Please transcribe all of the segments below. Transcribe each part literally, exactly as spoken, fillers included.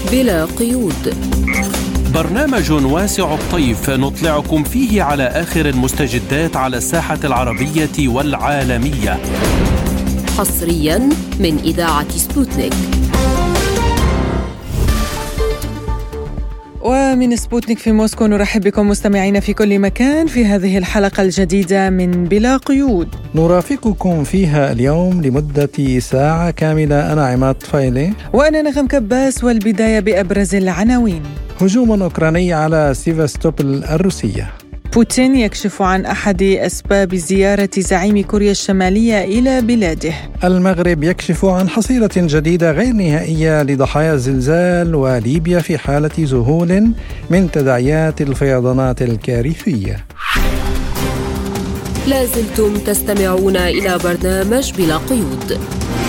بلا قيود، برنامج واسع الطيف نطلعكم فيه على آخر المستجدات على الساحة العربية والعالمية، حصريا من إذاعة سبوتنيك. ومن سبوتنيك في موسكو نرحب بكم مستمعين في كل مكان في هذه الحلقة الجديدة من بلا قيود، نرافقكم فيها اليوم لمدة ساعة كاملة. أنا عماد طفيلي وأنا نغم كباس، والبداية بأبرز العناوين. هجوم أوكراني على سيفاستوبل الروسية. بوتين يكشف عن أحد أسباب زيارة زعيم كوريا الشمالية إلى بلاده. المغرب يكشف عن حصيلة جديدة غير نهائية لضحايا الزلزال، وليبيا في حالة ذهول من تداعيات الفيضانات الكارثية. لازلتم تستمعون إلى برنامج بلا قيود.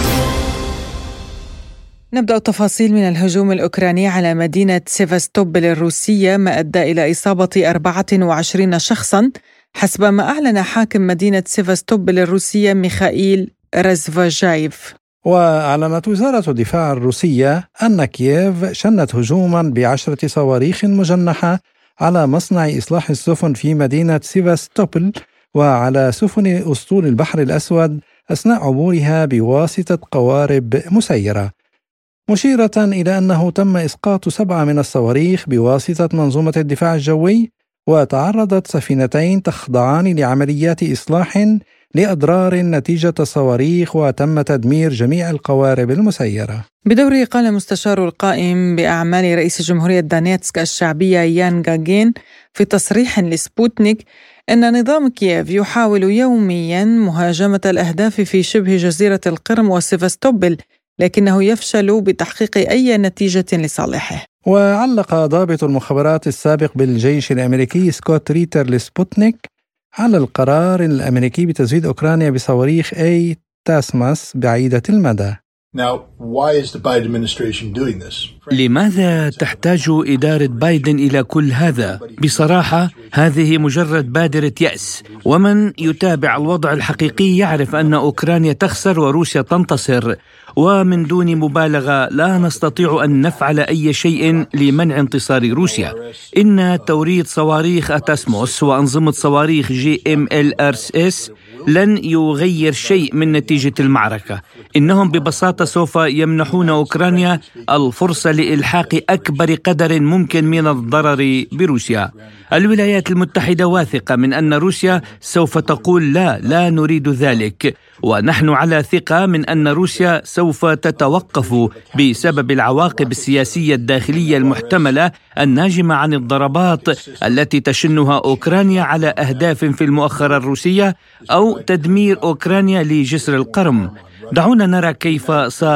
نبدأ التفاصيل من الهجوم الأوكراني على مدينة سيفاستوبل الروسية، ما أدى إلى إصابة أربعة وعشرين شخصاً حسب ما أعلن حاكم مدينة سيفاستوبل الروسية ميخائيل رزفاجايف. وأعلنت وزارة الدفاع الروسية أن كييف شنت هجوماً بعشرة صواريخ مجنحة على مصنع إصلاح السفن في مدينة سيفاستوبل وعلى سفن أسطول البحر الأسود أثناء عبورها بواسطة قوارب مسيرة، مشيرة إلى أنه تم إسقاط سبعة من الصواريخ بواسطة منظومة الدفاع الجوي، وتعرضت سفينتين تخضعان لعمليات إصلاح لأضرار نتيجة الصواريخ، وتم تدمير جميع القوارب المسيرة. بدوره قال مستشار القائم بأعمال رئيس جمهورية دونيتسك الشعبية يان غاغين في تصريح لسبوتنيك أن نظام كييف يحاول يومياً مهاجمة الأهداف في شبه جزيرة القرم وسيفاستوبل، لكنه يفشل بتحقيق أي نتيجة لصالحه. وعلق ضابط المخابرات السابق بالجيش الأمريكي سكوت ريتر لسبوتنيك على القرار الأمريكي بتزويد أوكرانيا بصواريخ أي تاسماس بعيدة المدى. Now, why is the Biden administration doing this? لماذا تحتاج إدارة بايدن إلى كل هذا؟ بصراحة هذه مجرد بادرة يأس، ومن يتابع الوضع الحقيقي يعرف أن أوكرانيا تخسر وروسيا تنتصر، ومن دون مبالغة لا نستطيع أن نفعل أي شيء لمنع انتصار روسيا. إن توريد صواريخ أتاسموس وأنظمة صواريخ جي إم إل آر إس لن يغير شيء من نتيجة المعركة. إنهم ببساطة سوف يمنحون أوكرانيا الفرصة لإلحاق أكبر قدر ممكن من الضرر بروسيا. الولايات المتحدة واثقة من أن روسيا سوف تقول لا، لا نريد ذلك، ونحن على ثقة من أن روسيا سوف تتوقف بسبب العواقب السياسية الداخلية المحتملة الناجمة عن الضربات التي تشنها أوكرانيا على أهداف في المؤخرة الروسية أو تدمير أوكرانيا لجسر القرم. دعونا نرى كيف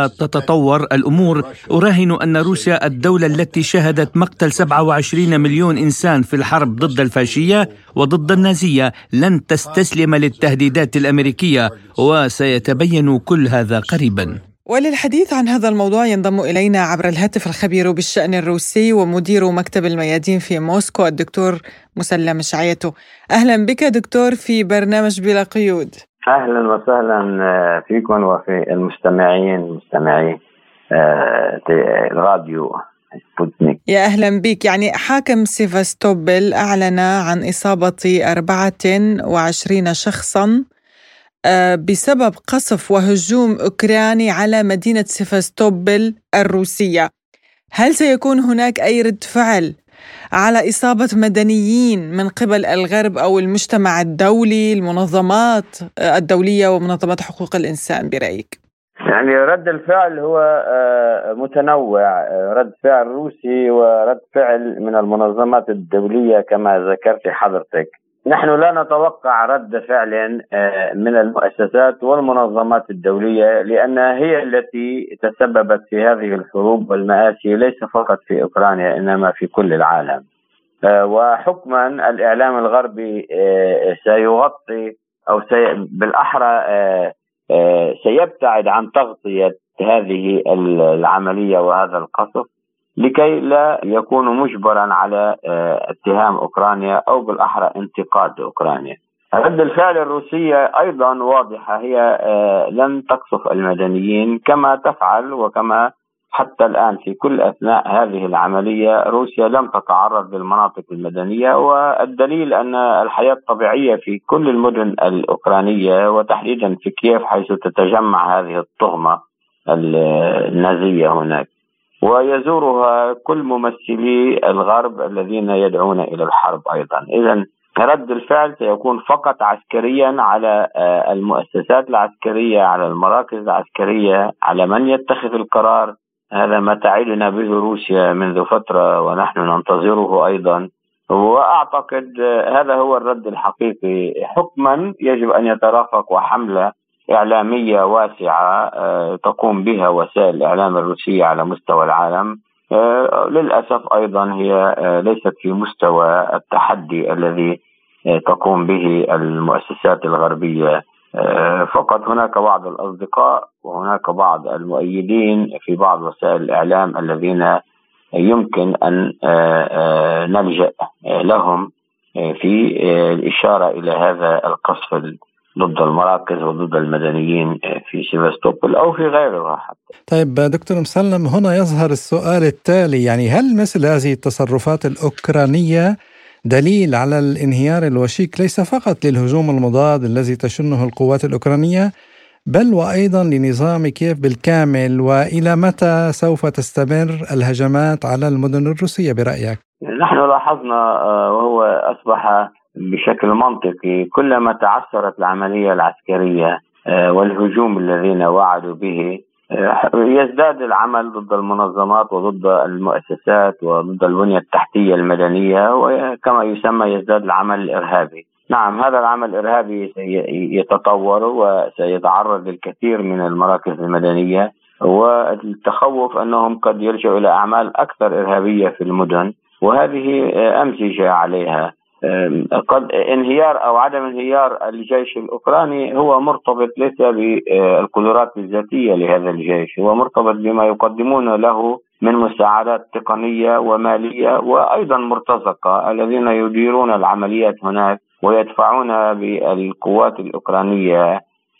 ستتطور الأمور. أراهن أن روسيا الدولة التي شهدت مقتل سبعة وعشرين مليون إنسان في الحرب ضد الفاشية وضد النازية لن تستسلم للتهديدات الأمريكية، وسيتبين كل هذا قريبا. وللحديث عن هذا الموضوع ينضم إلينا عبر الهاتف الخبير بالشأن الروسي ومدير مكتب الميادين في موسكو الدكتور مسلم شعيتو. أهلا بك دكتور في برنامج بلا قيود. أهلا وسهلا فيكم وفي المستمعين مستمعي الراديو سبوتنيك. يا أهلا بك. يعني حاكم سيفاستوبل أعلن عن إصابة أربعة وعشرين شخصا بسبب قصف وهجوم أوكراني على مدينة سيفاستوبل الروسية. هل سيكون هناك أي رد فعل على إصابة مدنيين من قبل الغرب أو المجتمع الدولي، المنظمات الدولية ومنظمات حقوق الإنسان برأيك؟ يعني رد الفعل هو متنوع، رد فعل روسي ورد فعل من المنظمات الدولية كما ذكرت حضرتك. نحن لا نتوقع رد فعل من المؤسسات والمنظمات الدولية، لأنها هي التي تسببت في هذه الحروب والمآسي ليس فقط في أوكرانيا إنما في كل العالم. وحكما الإعلام الغربي سيغطي أو سي بالأحرى سيبتعد عن تغطية هذه العملية وهذا القصف لكي لا يكون مجبرا على اتهام أوكرانيا أو بالأحرى انتقاد أوكرانيا. رد الفعل الروسية أيضا واضحة، هي لن تقصف المدنيين كما تفعل وكما حتى الآن في كل أثناء هذه العملية روسيا لم تتعرض للمناطق المدنية، والدليل أن الحياة الطبيعية في كل المدن الأوكرانية وتحديدا في كييف حيث تتجمع هذه الطغمة النازية هناك، ويزورها كل ممثلي الغرب الذين يدعون إلى الحرب أيضا. إذن رد الفعل سيكون فقط عسكريا على المؤسسات العسكرية، على المراكز العسكرية، على من يتخذ القرار. هذا ما تعيدنا به روسيا منذ فترة ونحن ننتظره أيضا، وأعتقد هذا هو الرد الحقيقي. حكما يجب أن يترافق وحملة إعلامية واسعة تقوم بها وسائل الإعلام الروسية على مستوى العالم. للأسف أيضا هي ليست في مستوى التحدي الذي تقوم به المؤسسات الغربية فقط. هناك بعض الأصدقاء وهناك بعض المؤيدين في بعض وسائل الإعلام الذين يمكن أن نلجأ لهم في الإشارة إلى هذا القصف ضد المراكز وضد المدنيين في سيفاستوبول أو في غيرها حتى. طيب دكتور مسلم، هنا يظهر السؤال التالي، يعني هل مثل هذه التصرفات الأوكرانية دليل على الانهيار الوشيك ليس فقط للهجوم المضاد الذي تشنه القوات الأوكرانية بل وأيضا لنظام كييف بالكامل؟ وإلى متى سوف تستمر الهجمات على المدن الروسية برأيك؟ نحن لاحظنا وهو أصبح بشكل منطقي كلما تعثرت العملية العسكرية والهجوم الذين وعدوا به يزداد العمل ضد المنظمات وضد المؤسسات وضد البنية التحتية المدنية، وكما يسمى يزداد العمل الإرهابي. نعم، هذا العمل الإرهابي يتطور وسيتعرض للكثير من المراكز المدنية، والتخوف أنهم قد يلجأوا إلى أعمال أكثر إرهابية في المدن، وهذه أمزجة عليها. قد انهيار أو عدم انهيار الجيش الأوكراني هو مرتبط ليس بالقدرات الذاتية لهذا الجيش، هو مرتبط بما يقدمون له من مساعدات تقنية ومالية وأيضا مرتزقة الذين يديرون العمليات هناك ويدفعون بالقوات الأوكرانية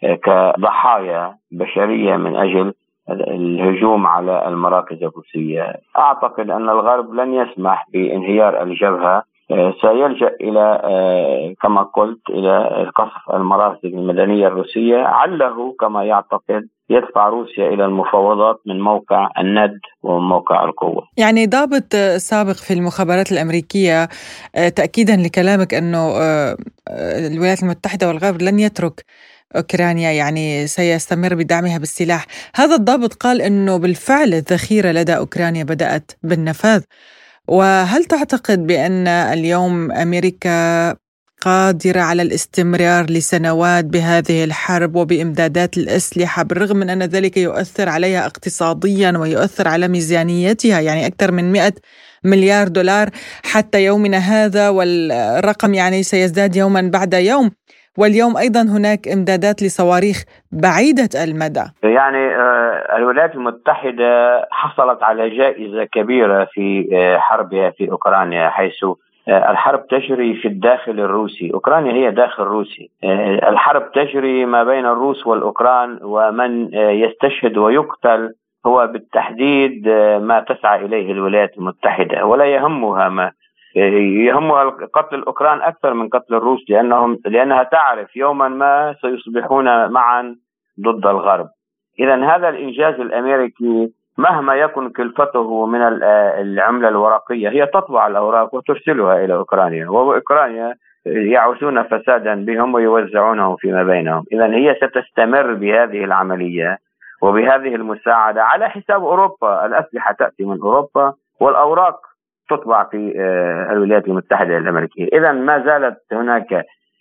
كضحايا بشرية من أجل الهجوم على المراكز الروسية. أعتقد أن الغرب لن يسمح بانهيار الجبهة، سيلجأ إلى كما قلت إلى قصف المراكز المدنية الروسية، عله كما يعتقد يدفع روسيا إلى المفاوضات من موقع الند ومن موقع القوة. يعني ضابط سابق في المخابرات الأمريكية تأكيدا لكلامك أنه الولايات المتحدة والغرب لن يترك أوكرانيا، يعني سيستمر بدعمها بالسلاح. هذا الضابط قال أنه بالفعل الذخيرة لدى أوكرانيا بدأت بالنفاذ. وهل تعتقد بأن اليوم أمريكا قادرة على الاستمرار لسنوات بهذه الحرب وبإمدادات الأسلحة بالرغم من أن ذلك يؤثر عليها اقتصاديا ويؤثر على ميزانيتها، يعني أكثر من مئة مليار دولار حتى يومنا هذا، والرقم يعني سيزداد يوما بعد يوم، واليوم أيضا هناك إمدادات لصواريخ بعيدة المدى؟ يعني الولايات المتحدة حصلت على جائزة كبيرة في حربها في أوكرانيا، حيث الحرب تجري في الداخل الروسي. أوكرانيا هي داخل روسي، الحرب تجري ما بين الروس والأوكران، ومن يستشهد ويقتل هو بالتحديد ما تسعى إليه الولايات المتحدة، ولا يهمها ما يهمها قتل الأوكران أكثر من قتل الروس، لأنهم لأنها تعرف يوما ما سيصبحون معا ضد الغرب. إذن هذا الإنجاز الأمريكي مهما يكن كلفته من العملة الورقية، هي تطبع الأوراق وترسلها إلى أوكرانيا، وأوكرانيا يعوثون فسادا بهم ويوزعونه فيما بينهم. إذن هي ستستمر بهذه العملية وبهذه المساعدة على حساب أوروبا. الأسلحة تأتي من أوروبا والأوراق تطبع في الولايات المتحدة الأمريكية. إذن ما زالت هناك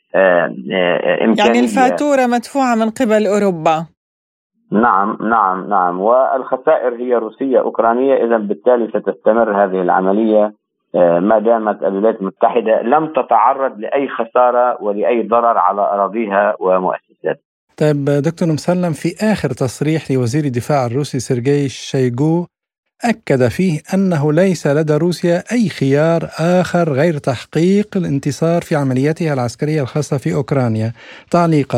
إمكانية، يعني الفاتورة مدفوعة من قبل أوروبا. نعم نعم نعم والخسائر هي روسية أوكرانية. إذن بالتالي ستستمر هذه العملية ما دامت الولايات المتحدة لم تتعرض لأي خسارة ولأي ضرر على أراضيها ومؤسساتها. طيب دكتور مسلم، في آخر تصريح لوزير الدفاع الروسي سيرجي شويغو أكد فيه أنه ليس لدى روسيا أي خيار آخر غير تحقيق الانتصار في عملياتها العسكرية الخاصة في أوكرانيا. تعليقك؟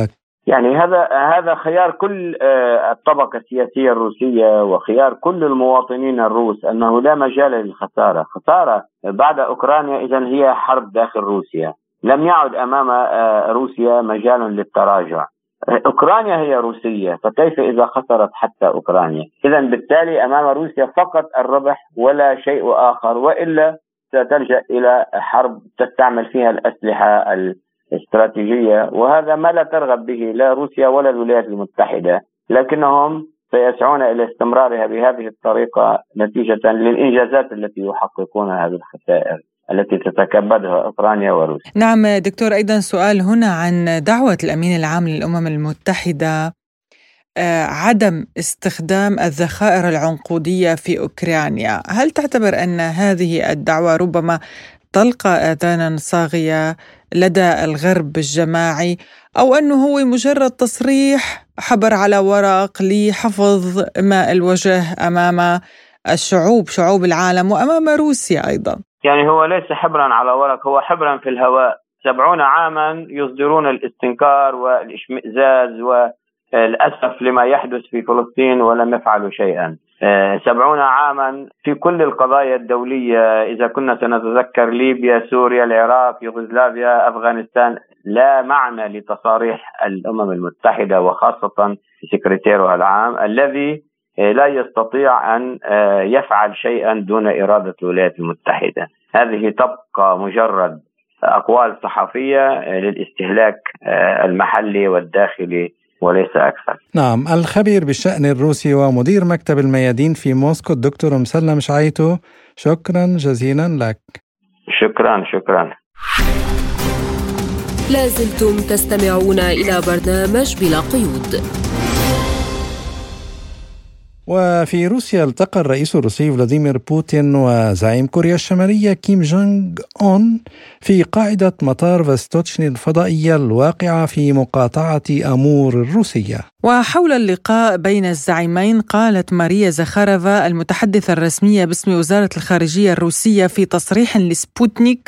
يعني هذا هذا خيار كل الطبقة السياسية الروسية وخيار كل المواطنين الروس، أنه لا مجال للخسارة. خسارة بعد أوكرانيا إذن هي حرب داخل روسيا، لم يعد أمام روسيا مجال للتراجع. أوكرانيا هي روسية، فكيف إذا خسرت حتى أوكرانيا؟ إذن بالتالي أمام روسيا فقط الربح ولا شيء آخر، وإلا ستلجأ إلى حرب تستعمل فيها الأسلحة الاستراتيجية، وهذا ما لا ترغب به لا روسيا ولا الولايات المتحدة، لكنهم سيسعون إلى استمرارها بهذه الطريقة نتيجة للإنجازات التي يحققونها بالخسائر التي تتكبدها أوكرانيا وروسيا. نعم دكتور، أيضا سؤال هنا عن دعوة الأمين العام للأمم المتحدة آه عدم استخدام الذخائر العنقودية في أوكرانيا. هل تعتبر أن هذه الدعوة ربما تلقى آذانا صاغية لدى الغرب الجماعي، أو أنه هو مجرد تصريح حبر على ورق لحفظ ماء الوجه أمام الشعوب شعوب العالم وأمام روسيا أيضا؟ يعني هو ليس حبرا على ورق، هو حبرا في الهواء. سبعون عاما يصدرون الاستنكار والاشمئزاز والأسف لما يحدث في فلسطين ولم يفعلوا شيئا. سبعون عاما في كل القضايا الدولية، إذا كنا سنتذكر ليبيا، سوريا، العراق، يوغوسلافيا، أفغانستان، لا معنى لتصاريح الأمم المتحدة وخاصة سكرتيرها العام الذي لا يستطيع أن يفعل شيئا دون إرادة الولايات المتحدة. هذه تبقى مجرد أقوال صحفية للاستهلاك المحلي والداخلي وليس أكثر. نعم، الخبير بالشأن الروسي ومدير مكتب الميادين في موسكو الدكتور مسلم شعيتو، شكرا جزيلا لك. شكرا شكرا. لازلتم تستمعون إلى برنامج بلا قيود. وفي روسيا التقى الرئيس الروسي فلاديمير بوتين وزعيم كوريا الشمالية كيم جونغ أون في قاعدة مطار فاستوتشني الفضائية الواقعة في مقاطعة أمور الروسية. وحول اللقاء بين الزعيمين قالت ماريا زخارفا المتحدثة الرسمية باسم وزارة الخارجية الروسية في تصريح لسبوتنيك: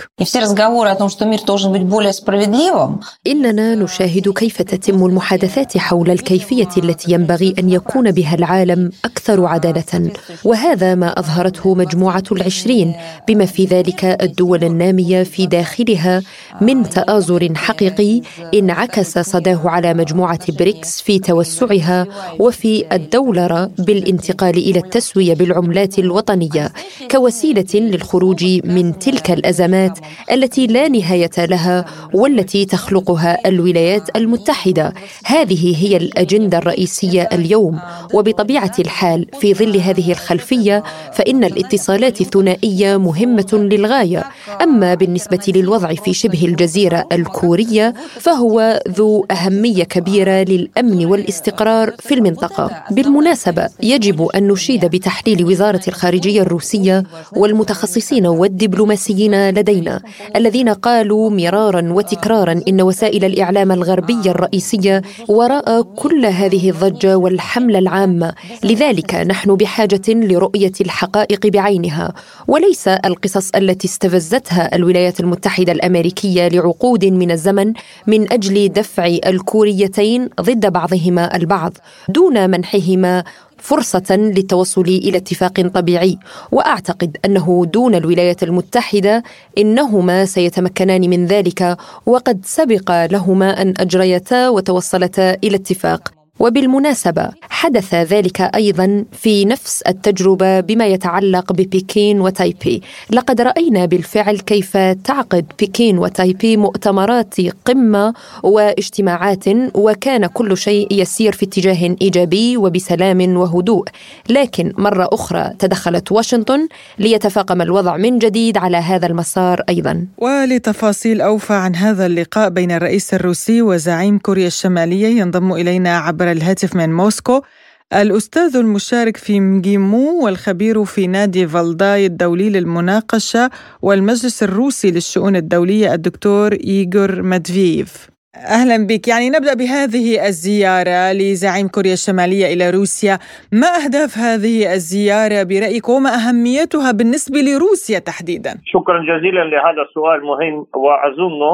إننا نشاهد كيف تتم المحادثات حول الكيفية التي ينبغي أن يكون بها العالم أكثر عدالة، وهذا ما أظهرته مجموعة العشرين بما في ذلك الدول النامية في داخلها من تآزر حقيقي انعكس صداه على مجموعة بريكس في توسعها وفي الدولرة بالانتقال إلى التسوية بالعملات الوطنية كوسيلة للخروج من تلك الأزمات التي لا نهاية لها والتي تخلقها الولايات المتحدة. هذه هي الأجندة الرئيسية اليوم، وبطبيعة الحال في ظل هذه الخلفية فإن الاتصالات الثنائية مهمة للغاية. أما بالنسبة للوضع في شبه الجزيرة الكورية فهو ذو أهمية كبيرة للأمن والاستقرار في المنطقة. بالمناسبة يجب أن نشيد بتحليل وزارة الخارجية الروسية والمتخصصين والدبلوماسيين لدينا الذين قالوا مرارا وتكرارا إن وسائل الإعلام الغربية الرئيسية وراء كل هذه الضجة والحملة العامة. لذلك نحن بحاجة لرؤية الحقائق بعينها وليس القصص التي استفزتها الولايات المتحدة الأمريكية لعقود من الزمن من أجل دفع الكوريتين ضد بعضهما البعض دون منحهما فرصة للتوصل إلى اتفاق طبيعي. وأعتقد أنه دون الولايات المتحدة إنهما سيتمكنان من ذلك، وقد سبق لهما أن أجريتا وتوصلتا إلى اتفاق. وبالمناسبة حدث ذلك أيضا في نفس التجربة بما يتعلق ببكين وتايبي. لقد رأينا بالفعل كيف تعقد بكين وتايبي مؤتمرات قمة واجتماعات وكان كل شيء يسير في اتجاه إيجابي وبسلام وهدوء، لكن مرة أخرى تدخلت واشنطن ليتفاقم الوضع من جديد على هذا المسار أيضا. ولتفاصيل أوفى عن هذا اللقاء بين الرئيس الروسي وزعيم كوريا الشمالية ينضم إلينا عبر الهاتف من موسكو الأستاذ المشارك في مجيمو والخبير في نادي فالداي الدولي للمناقشة والمجلس الروسي للشؤون الدولية الدكتور إيغور ماتفييف. أهلا بك. يعني نبدأ بهذه الزيارة لزعيم كوريا الشمالية إلى روسيا. ما أهداف هذه الزيارة برأيك وما أهميتها بالنسبة لروسيا تحديدا؟ شكرا جزيلا لهذا السؤال مهم، وأظن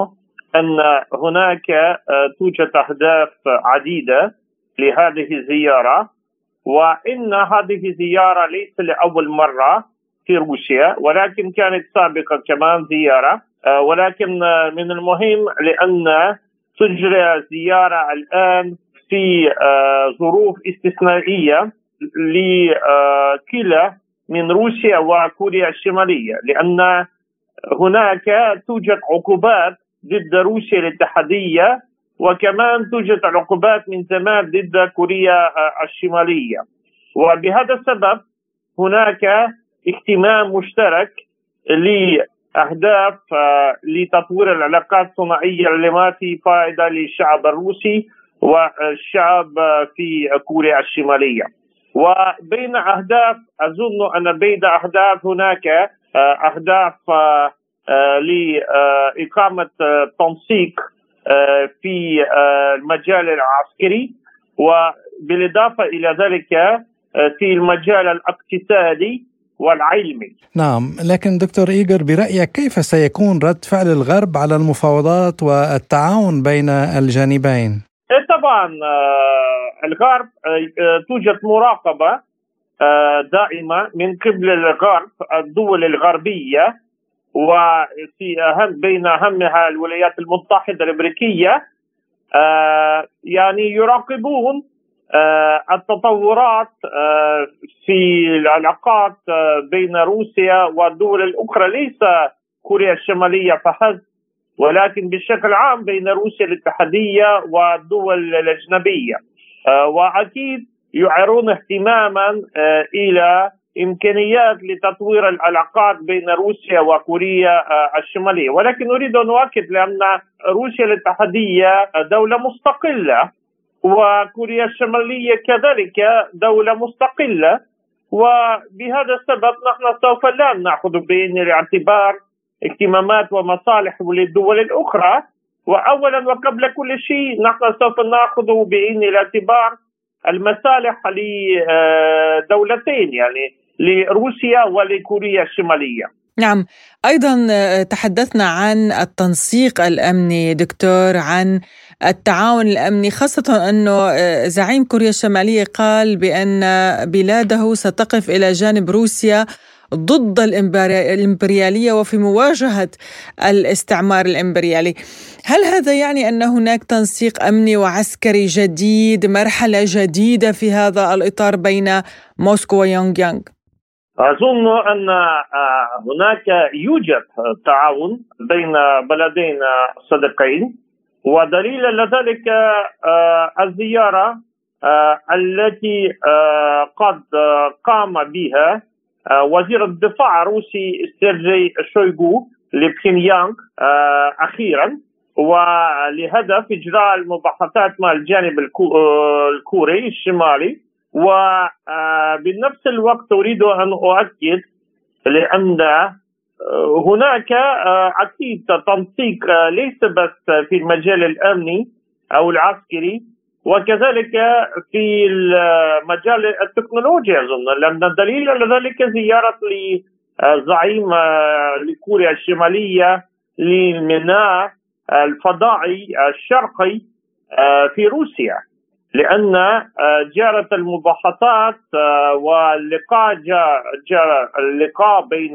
أن هناك توجد أهداف عديدة لهذه الزيارة، وإن هذه الزيارة ليس لأول مرة في روسيا، ولكن كانت سابقا كمان زيارة، ولكن من المهم لأن تجرى زيارة الآن في ظروف استثنائية لكلا من روسيا وكوريا الشمالية، لأن هناك توجد عقوبات ضد روسيا الاتحادية، وكمان توجد عقوبات من زمان ضد كوريا الشمالية. وبهذا السبب هناك اهتمام مشترك لأهداف لتطوير العلاقات الثنائية اللي في فائدة للشعب الروسي والشعب في كوريا الشمالية. وبين أهداف، أظن أن بين أهداف هناك أهداف لإقامة تنسيق في المجال العسكري، وبالإضافة إلى ذلك في المجال الاقتصادي والعلمي. نعم، لكن دكتور إيغور، برأيك كيف سيكون رد فعل الغرب على المفاوضات والتعاون بين الجانبين؟ طبعا الغرب توجد مراقبة دائمة من قبل الغرب، الدول الغربية، وفي أهم بين أهمها الولايات المتحدة الأمريكية، يعني يراقبون التطورات في العلاقات بين روسيا والدول الأخرى، ليس كوريا الشمالية فحسب، ولكن بشكل عام بين روسيا الاتحادية والدول الأجنبية. وأكيد يعيرون اهتماما إلى إمكانيات لتطوير العلاقات بين روسيا وكوريا الشمالية. ولكن أريد أن أؤكد لأن روسيا الاتحادية دولة مستقلة، وكوريا الشمالية كذلك دولة مستقلة، وبهذا السبب نحن سوف لا نأخذ بعين الاعتبار اهتمامات ومصالح للدول الأخرى، وأولا وقبل كل شيء نحن سوف نأخذ بعين الاعتبار المصالح لدولتين، يعني لروسيا ولكوريا الشمالية. نعم، أيضا تحدثنا عن التنسيق الأمني دكتور، عن التعاون الأمني، خاصة أنه زعيم كوريا الشمالية قال بأن بلاده ستقف إلى جانب روسيا ضد الإمبريالية وفي مواجهة الاستعمار الإمبريالي. هل هذا يعني أن هناك تنسيق أمني وعسكري جديد، مرحلة جديدة في هذا الإطار بين موسكو ويونغ يانغ؟ أظن أن هناك يوجد تعاون بين بلدين صديقين، ودليل لذلك الزيارة التي قد قام بها وزير الدفاع الروسي سيرجي شويغو لبخينيانغ أخيرا، ولهدف إجراء المباحثات مع الجانب الكوري الشمالي. وبنفس الوقت أريد أن أؤكد لأن هناك أكيد تنسيق ليس بس في المجال الأمني أو العسكري، وكذلك في المجال التكنولوجيا أظن، لأن الدليل على ذلك زيارة لزعيم لكوريا الشمالية للميناء الفضائي الشرقي في روسيا، لأن جرت المباحثات واللقاء جاء اللقاء بين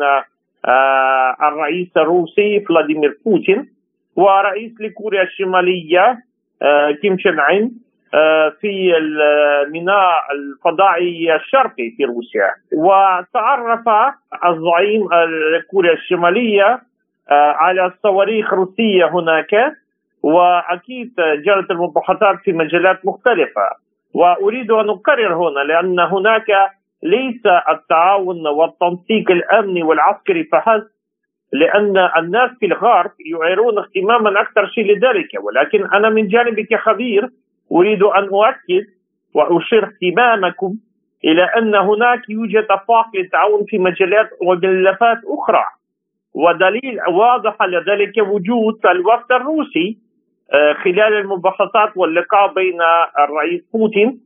الرئيس الروسي فلاديمير بوتين ورئيس لكوريا الشمالية كيم تشن إن في الميناء الفضائي الشرقي في روسيا. وتعرف الزعيم لكوريا الشمالية على صواريخ روسية هناك، وأكيد جرت المباحثات في مجالات مختلفة. وأريد أن أكرر هنا لأن هناك ليس التعاون والتنسيق الأمني والعسكري فحسب، لأن الناس في الغرب يعيرون اهتماما أكثر شيء لذلك، ولكن أنا من جانبي كخبير أريد أن أؤكد وأشير اهتمامكم إلى أن هناك يوجد آفاق للتعاون في مجالات وملفات أخرى، ودليل واضح لذلك وجود الوفد الروسي خلال المباحثات واللقاء بين الرئيس بوتين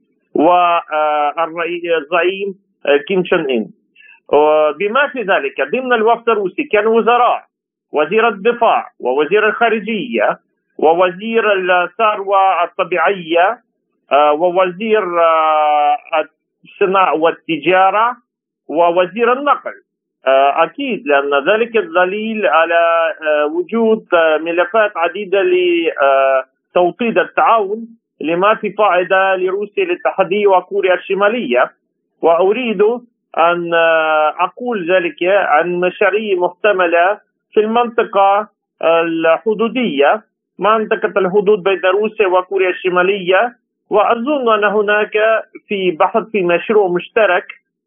والزعيم كيم تشن إن. بما في ذلك ضمن الوفد الروسي كان وزراء، وزير الدفاع ووزير الخارجية ووزير الثروة الطبيعية ووزير الصناعة والتجارة ووزير النقل. أكيد لأن ذلك دليل على وجود ملفات عديدة لتوطيد التعاون لما في فائدة لروسيا الاتحادية وكوريا الشمالية. وأريد أن أقول ذلك عن مشاريع محتملة في المنطقة الحدودية، منطقة الحدود بين روسيا وكوريا الشمالية. وأظن أن هناك في بحث في مشروع مشترك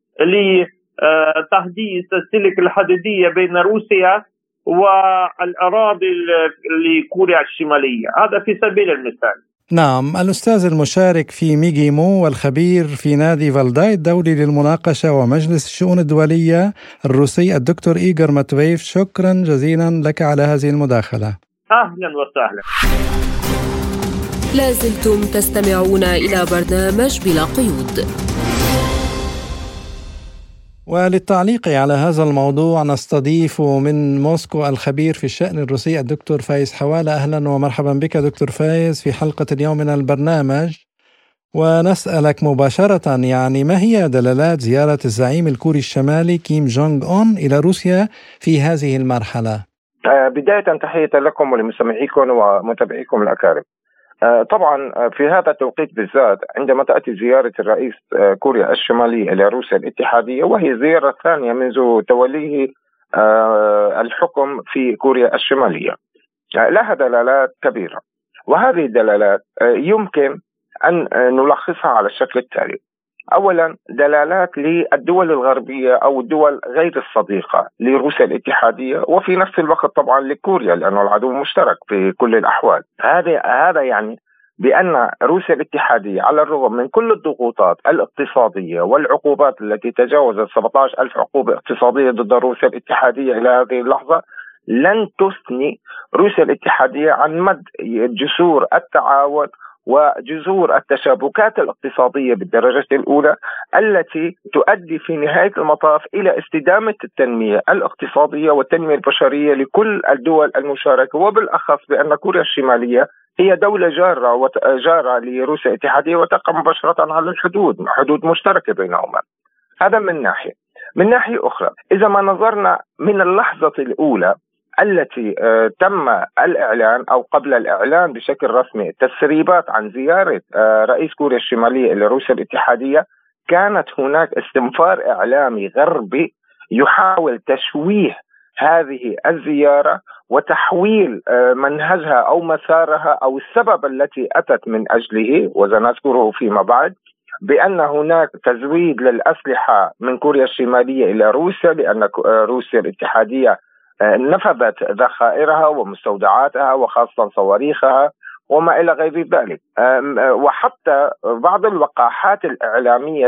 لتحديث السلك الحديدية بين روسيا والأراضي لكوريا الشمالية. هذا في سبيل المثال. نعم، الأستاذ المشارك في ميجيمو والخبير في نادي فالداي الدولي للمناقشة ومجلس الشؤون الدولية الروسي الدكتور إيغور ماتويف، شكرا جزيلا لك على هذه المداخلة. أهلا وسهلا. لازلتم تستمعون إلى برنامج بلا قيود. وللتعليق على هذا الموضوع نستضيف من موسكو الخبير في الشأن الروسي الدكتور فايز حوالة. أهلا ومرحبا بك دكتور فايز في حلقة اليوم من البرنامج، ونسألك مباشرة يعني ما هي دلالات زيارة الزعيم الكوري الشمالي كيم جونغ أون إلى روسيا في هذه المرحلة؟ بداية تحية لكم ولمستمعيكم ومتابعيكم الأكارم. طبعا في هذا التوقيت بالذات عندما تأتي زيارة الرئيس كوريا الشمالية إلى روسيا الاتحادية، وهي زيارة ثانية منذ توليه الحكم في كوريا الشمالية، لها دلالات كبيرة. وهذه الدلالات يمكن أن نلخصها على الشكل التالي: أولا، دلالات للدول الغربية أو الدول غير الصديقة لروسيا الاتحادية، وفي نفس الوقت طبعا لكوريا لأنه العدو مشترك في كل الأحوال. هذا هذا يعني بأن روسيا الاتحادية على الرغم من كل الضغوطات الاقتصادية والعقوبات التي تجاوزت سبعة عشر ألف عقوبة اقتصادية ضد روسيا الاتحادية إلى هذه اللحظة، لن تثني روسيا الاتحادية عن مد جسور التعاون وجذور التشابكات الاقتصادية بالدرجة الأولى التي تؤدي في نهاية المطاف إلى استدامة التنمية الاقتصادية والتنمية البشرية لكل الدول المشاركة، وبالأخص بأن كوريا الشمالية هي دولة جارة وجارة لروسيا الاتحادية وتقع مباشرة على الحدود، حدود مشتركة بينهما. هذا من ناحية. من ناحية أخرى، إذا ما نظرنا من اللحظة الأولى التي تم الإعلان أو قبل الإعلان بشكل رسمي التسريبات عن زيارة رئيس كوريا الشمالية إلى روسيا الاتحادية، كانت هناك استنفار إعلامي غربي يحاول تشويه هذه الزيارة وتحويل منهجها أو مسارها أو السبب التي أتت من أجله، وسنذكره فيما بعد، بأن هناك تزويد للأسلحة من كوريا الشمالية إلى روسيا، لأن روسيا الاتحادية نفذت ذخائرها ومستودعاتها وخاصة صواريخها وما إلى غير ذلك. وحتى بعض الوقاحات الإعلامية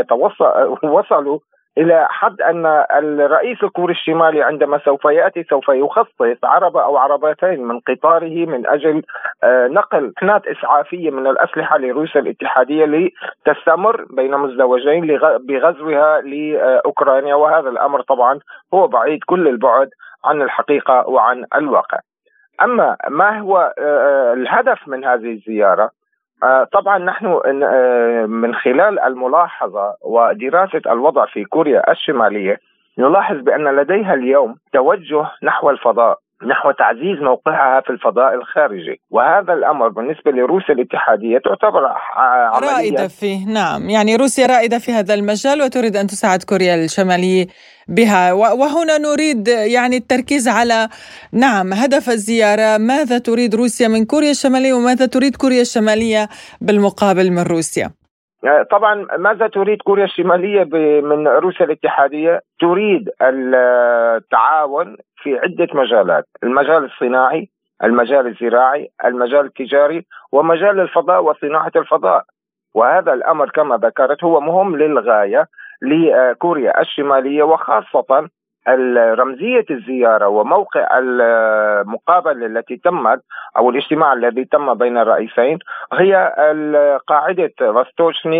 وصلوا إلى حد أن الرئيس الكوري الشمالي عندما سوف يأتي سوف يخصص عربة أو عربتين من قطاره من أجل نقل شحنات إسعافية من الأسلحة لروسيا الاتحادية لتستمر بين مزدوجين بغزوها لأوكرانيا، وهذا الأمر طبعا هو بعيد كل البعد عن الحقيقة وعن الواقع. أما ما هو الهدف من هذه الزيارة؟ طبعا نحن من خلال الملاحظة ودراسة الوضع في كوريا الشمالية نلاحظ بأن لديها اليوم توجه نحو الفضاء، نحو تعزيز موقعها في الفضاء الخارجي، وهذا الأمر بالنسبة لروسيا الاتحادية تعتبر رائدة فيه. نعم، يعني روسيا رائدة في هذا المجال وتريد أن تساعد كوريا الشمالية بها. وهنا نريد يعني التركيز على نعم هدف الزيارة، ماذا تريد روسيا من كوريا الشمالية وماذا تريد كوريا الشمالية بالمقابل من روسيا؟ طبعا ماذا تريد كوريا الشمالية من روسيا الاتحادية؟ تريد التعاون في عدة مجالات: المجال الصناعي، المجال الزراعي، المجال التجاري، ومجال الفضاء وصناعة الفضاء. وهذا الأمر كما ذكرت هو مهم للغاية لكوريا الشمالية، وخاصة رمزية الزيارة وموقع المقابلة التي تمت أو الاجتماع الذي تم بين الرئيسين هي قاعدة فاستوشني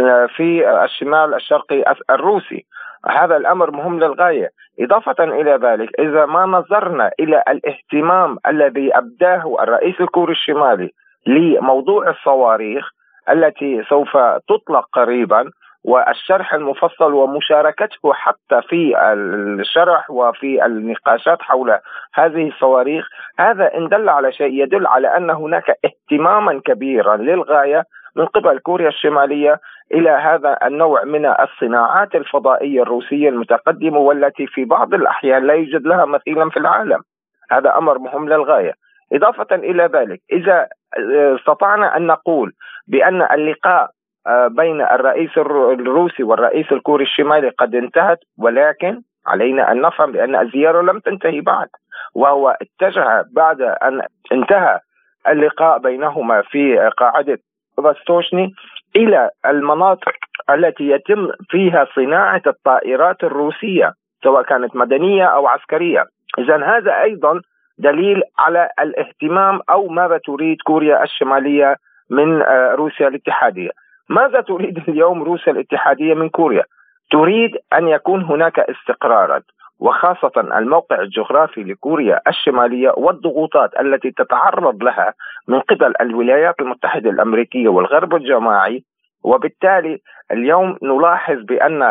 في الشمال الشرقي الروسي. هذا الأمر مهم للغاية. إضافة إلى ذلك، إذا ما نظرنا إلى الاهتمام الذي أبداه الرئيس الكوري الشمالي لموضوع الصواريخ التي سوف تطلق قريبا، والشرح المفصل ومشاركته حتى في الشرح وفي النقاشات حول هذه الصواريخ، هذا إن دل على شيء يدل على أن هناك اهتماما كبيرا للغاية من قبل كوريا الشمالية إلى هذا النوع من الصناعات الفضائية الروسية المتقدمة، والتي في بعض الأحيان لا يوجد لها مثيلا في العالم. هذا أمر مهم للغاية. إضافة إلى ذلك، إذا استطعنا أن نقول بأن اللقاء بين الرئيس الروسي والرئيس الكوري الشمالي قد انتهت، ولكن علينا أن نفهم بأن الزيارة لم تنتهي بعد، وهو اتجه بعد أن انتهى اللقاء بينهما في قاعدة فاستوشني إلى المناطق التي يتم فيها صناعة الطائرات الروسية سواء كانت مدنية أو عسكرية. إذن هذا أيضا دليل على الاهتمام أو ماذا تريد كوريا الشمالية من روسيا الاتحادية. ماذا تريد اليوم روسيا الاتحادية من كوريا؟ تريد أن يكون هناك استقرارا، وخاصة الموقع الجغرافي لكوريا الشمالية والضغوطات التي تتعرض لها من قبل الولايات المتحدة الأمريكية والغرب الجماعي. وبالتالي اليوم نلاحظ بأن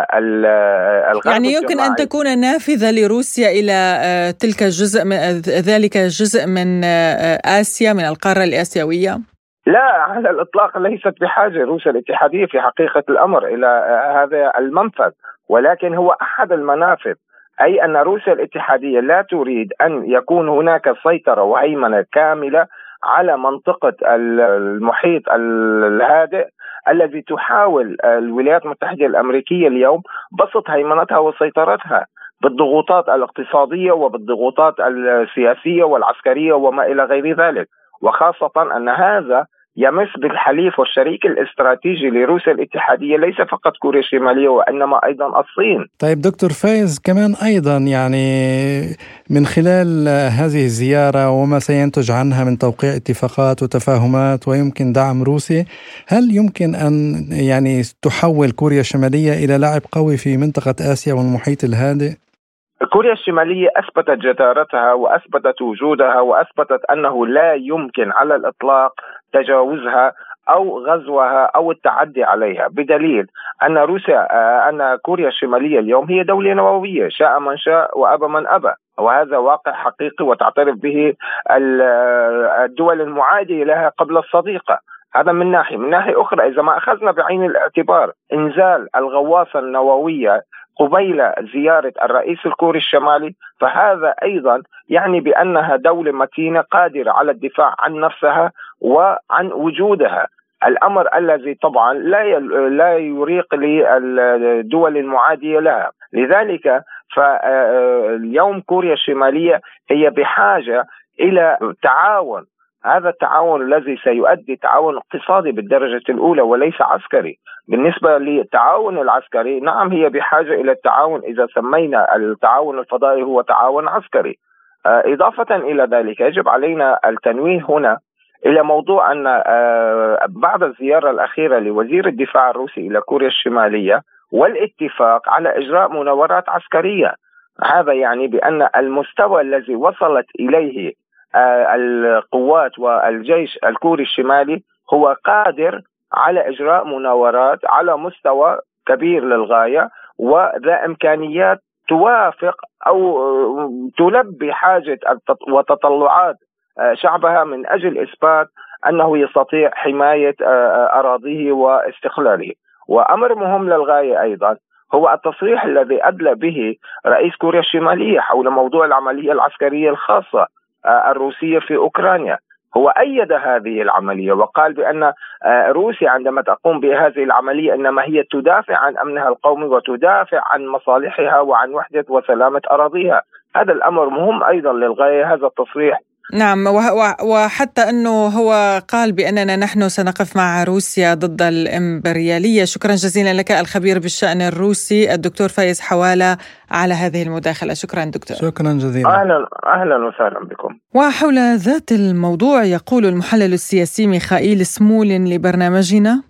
الغرب يعني يمكن أن تكون نافذة لروسيا إلى تلك الجزء من ذلك الجزء من آسيا، من القارة الآسيوية. لا، على الإطلاق ليست بحاجة روسيا الاتحادية في حقيقة الأمر إلى هذا المنفذ، ولكن هو أحد المنافذ. أي أن روسيا الاتحادية لا تريد أن يكون هناك سيطرة وهيمنة كاملة على منطقة المحيط الهادئ الذي تحاول الولايات المتحدة الأمريكية اليوم بسط هيمنتها وسيطرتها بالضغوطات الاقتصادية وبالضغوطات السياسية والعسكرية وما إلى غير ذلك، وخاصة أن هذا يمس بالحليف والشريك الاستراتيجي لروسيا الاتحادية ليس فقط كوريا الشمالية وإنما أيضا الصين. طيب دكتور فايز، كمان أيضا يعني من خلال هذه الزيارة وما سينتج عنها من توقيع اتفاقات وتفاهمات ويمكن دعم روسي، هل يمكن أن يعني تحول كوريا الشمالية إلى لاعب قوي في منطقة آسيا والمحيط الهادئ؟ كوريا الشمالية أثبتت جدارتها وأثبتت وجودها وأثبتت أنه لا يمكن على الإطلاق تجاوزها أو غزوها أو التعدي عليها، بدليل أن روسيا أن كوريا الشمالية اليوم هي دولة نووية شاء من شاء وأبى من أبى، وهذا واقع حقيقي وتعترف به الدول المعادية لها قبل الصديقة. هذا من ناحية. من ناحية أخرى، إذا ما أخذنا بعين الاعتبار إنزال الغواصة النووية قبيل زيارة الرئيس الكوري الشمالي، فهذا أيضا يعني بأنها دولة متينة قادرة على الدفاع عن نفسها وعن وجودها، الأمر الذي طبعا لا لا يريق للدول المعادية لها. لذلك فاليوم كوريا الشمالية هي بحاجة إلى تعاون، هذا التعاون الذي سيؤدي تعاون اقتصادي بالدرجة الأولى وليس عسكري. بالنسبة للتعاون العسكري، نعم هي بحاجة إلى التعاون إذا سمينا التعاون الفضائي هو تعاون عسكري. إضافة إلى ذلك يجب علينا التنويه هنا إلى موضوع أن بعد الزيارة الأخيرة لوزير الدفاع الروسي إلى كوريا الشمالية والاتفاق على إجراء مناورات عسكرية، هذا يعني بأن المستوى الذي وصلت إليه القوات والجيش الكوري الشمالي هو قادر على إجراء مناورات على مستوى كبير للغاية، وذا إمكانيات توافق أو تلبي حاجة وتطلعات شعبها من أجل إثبات أنه يستطيع حماية أراضيه واستقلاله. وأمر مهم للغاية أيضا هو التصريح الذي أدلى به رئيس كوريا الشمالية حول موضوع العملية العسكرية الخاصة الروسية في أوكرانيا. هو أيد هذه العملية وقال بأن روسيا عندما تقوم بهذه العملية إنما هي تدافع عن أمنها القومي وتدافع عن مصالحها وعن وحدة وسلامة أراضيها. هذا الأمر مهم أيضا للغاية. هذا التصريح نعم، وحتى أنه هو قال بأننا نحن سنقف مع روسيا ضد الإمبريالية. شكرا جزيلا لك الخبير بالشأن الروسي الدكتور فايز حوالة على هذه المداخلة. شكرا دكتور. شكرا جزيلا. أهلا أهلا وسهلا بكم. وحول ذات الموضوع يقول المحلل السياسي ميخائيل سمولين لبرنامجنا: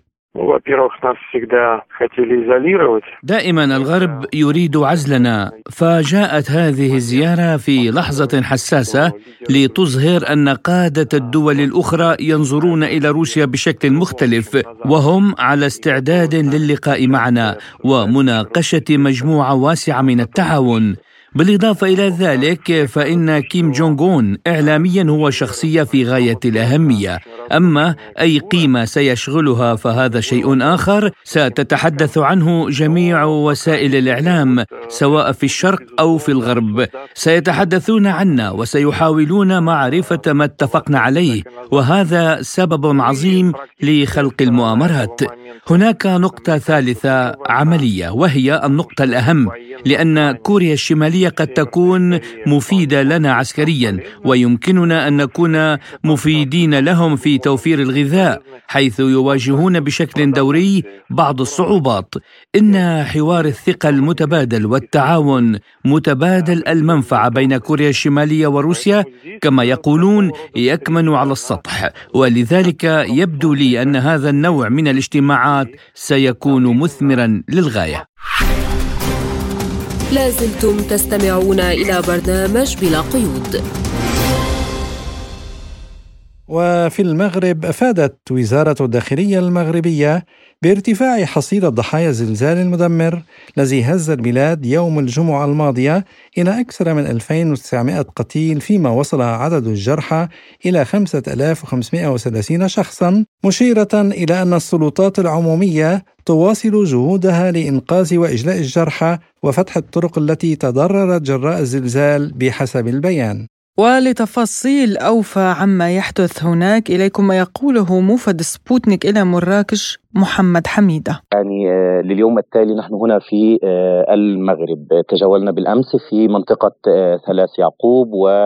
دائما الغرب يريد عزلنا، فجاءت هذه الزيارة في لحظة حساسة لتظهر أن قادة الدول الأخرى ينظرون إلى روسيا بشكل مختلف، وهم على استعداد للقاء معنا ومناقشة مجموعة واسعة من التعاون. بالإضافة إلى ذلك فإن كيم جونغ أون إعلاميا هو شخصية في غاية الأهمية، أما أي قيمة سيشغلها فهذا شيء آخر ستتحدث عنه جميع وسائل الإعلام سواء في الشرق أو في الغرب. سيتحدثون عنا وسيحاولون معرفة ما اتفقنا عليه، وهذا سبب عظيم لخلق المؤامرات. هناك نقطة ثالثة عملية وهي النقطة الأهم، لأن كوريا الشمالية قد تكون مفيدة لنا عسكريا، ويمكننا أن نكون مفيدين لهم في توفير الغذاء، حيث يواجهون بشكل دوري بعض الصعوبات. إن حوار الثقة المتبادل والتعاون متبادل المنفعة بين كوريا الشمالية وروسيا كما يقولون يكمن على السطح، ولذلك يبدو لي أن هذا النوع من الاجتماعات سيكون مثمرا للغاية. لازلتم تستمعون إلى برنامج بلا قيود. وفي المغرب أفادت وزارة الداخلية المغربية بارتفاع حصيلة ضحايا الزلزال المدمر الذي هز البلاد يوم الجمعة الماضية إلى أكثر من ألفين وتسعمائة قتيل، فيما وصل عدد الجرحى إلى خمسة آلاف وخمسمائة وثلاثين شخصا، مشيرة إلى أن السلطات العمومية تواصل جهودها لإنقاذ وإجلاء الجرحى وفتح الطرق التي تضررت جراء الزلزال بحسب البيان. ولتفاصيل أوفى عما يحدث هناك إليكم ما يقوله موفد سبوتنيك إلى مراكش محمد حميدة. يعني لليوم التالي نحن هنا في المغرب، تجولنا بالأمس في منطقة ثلاث يعقوب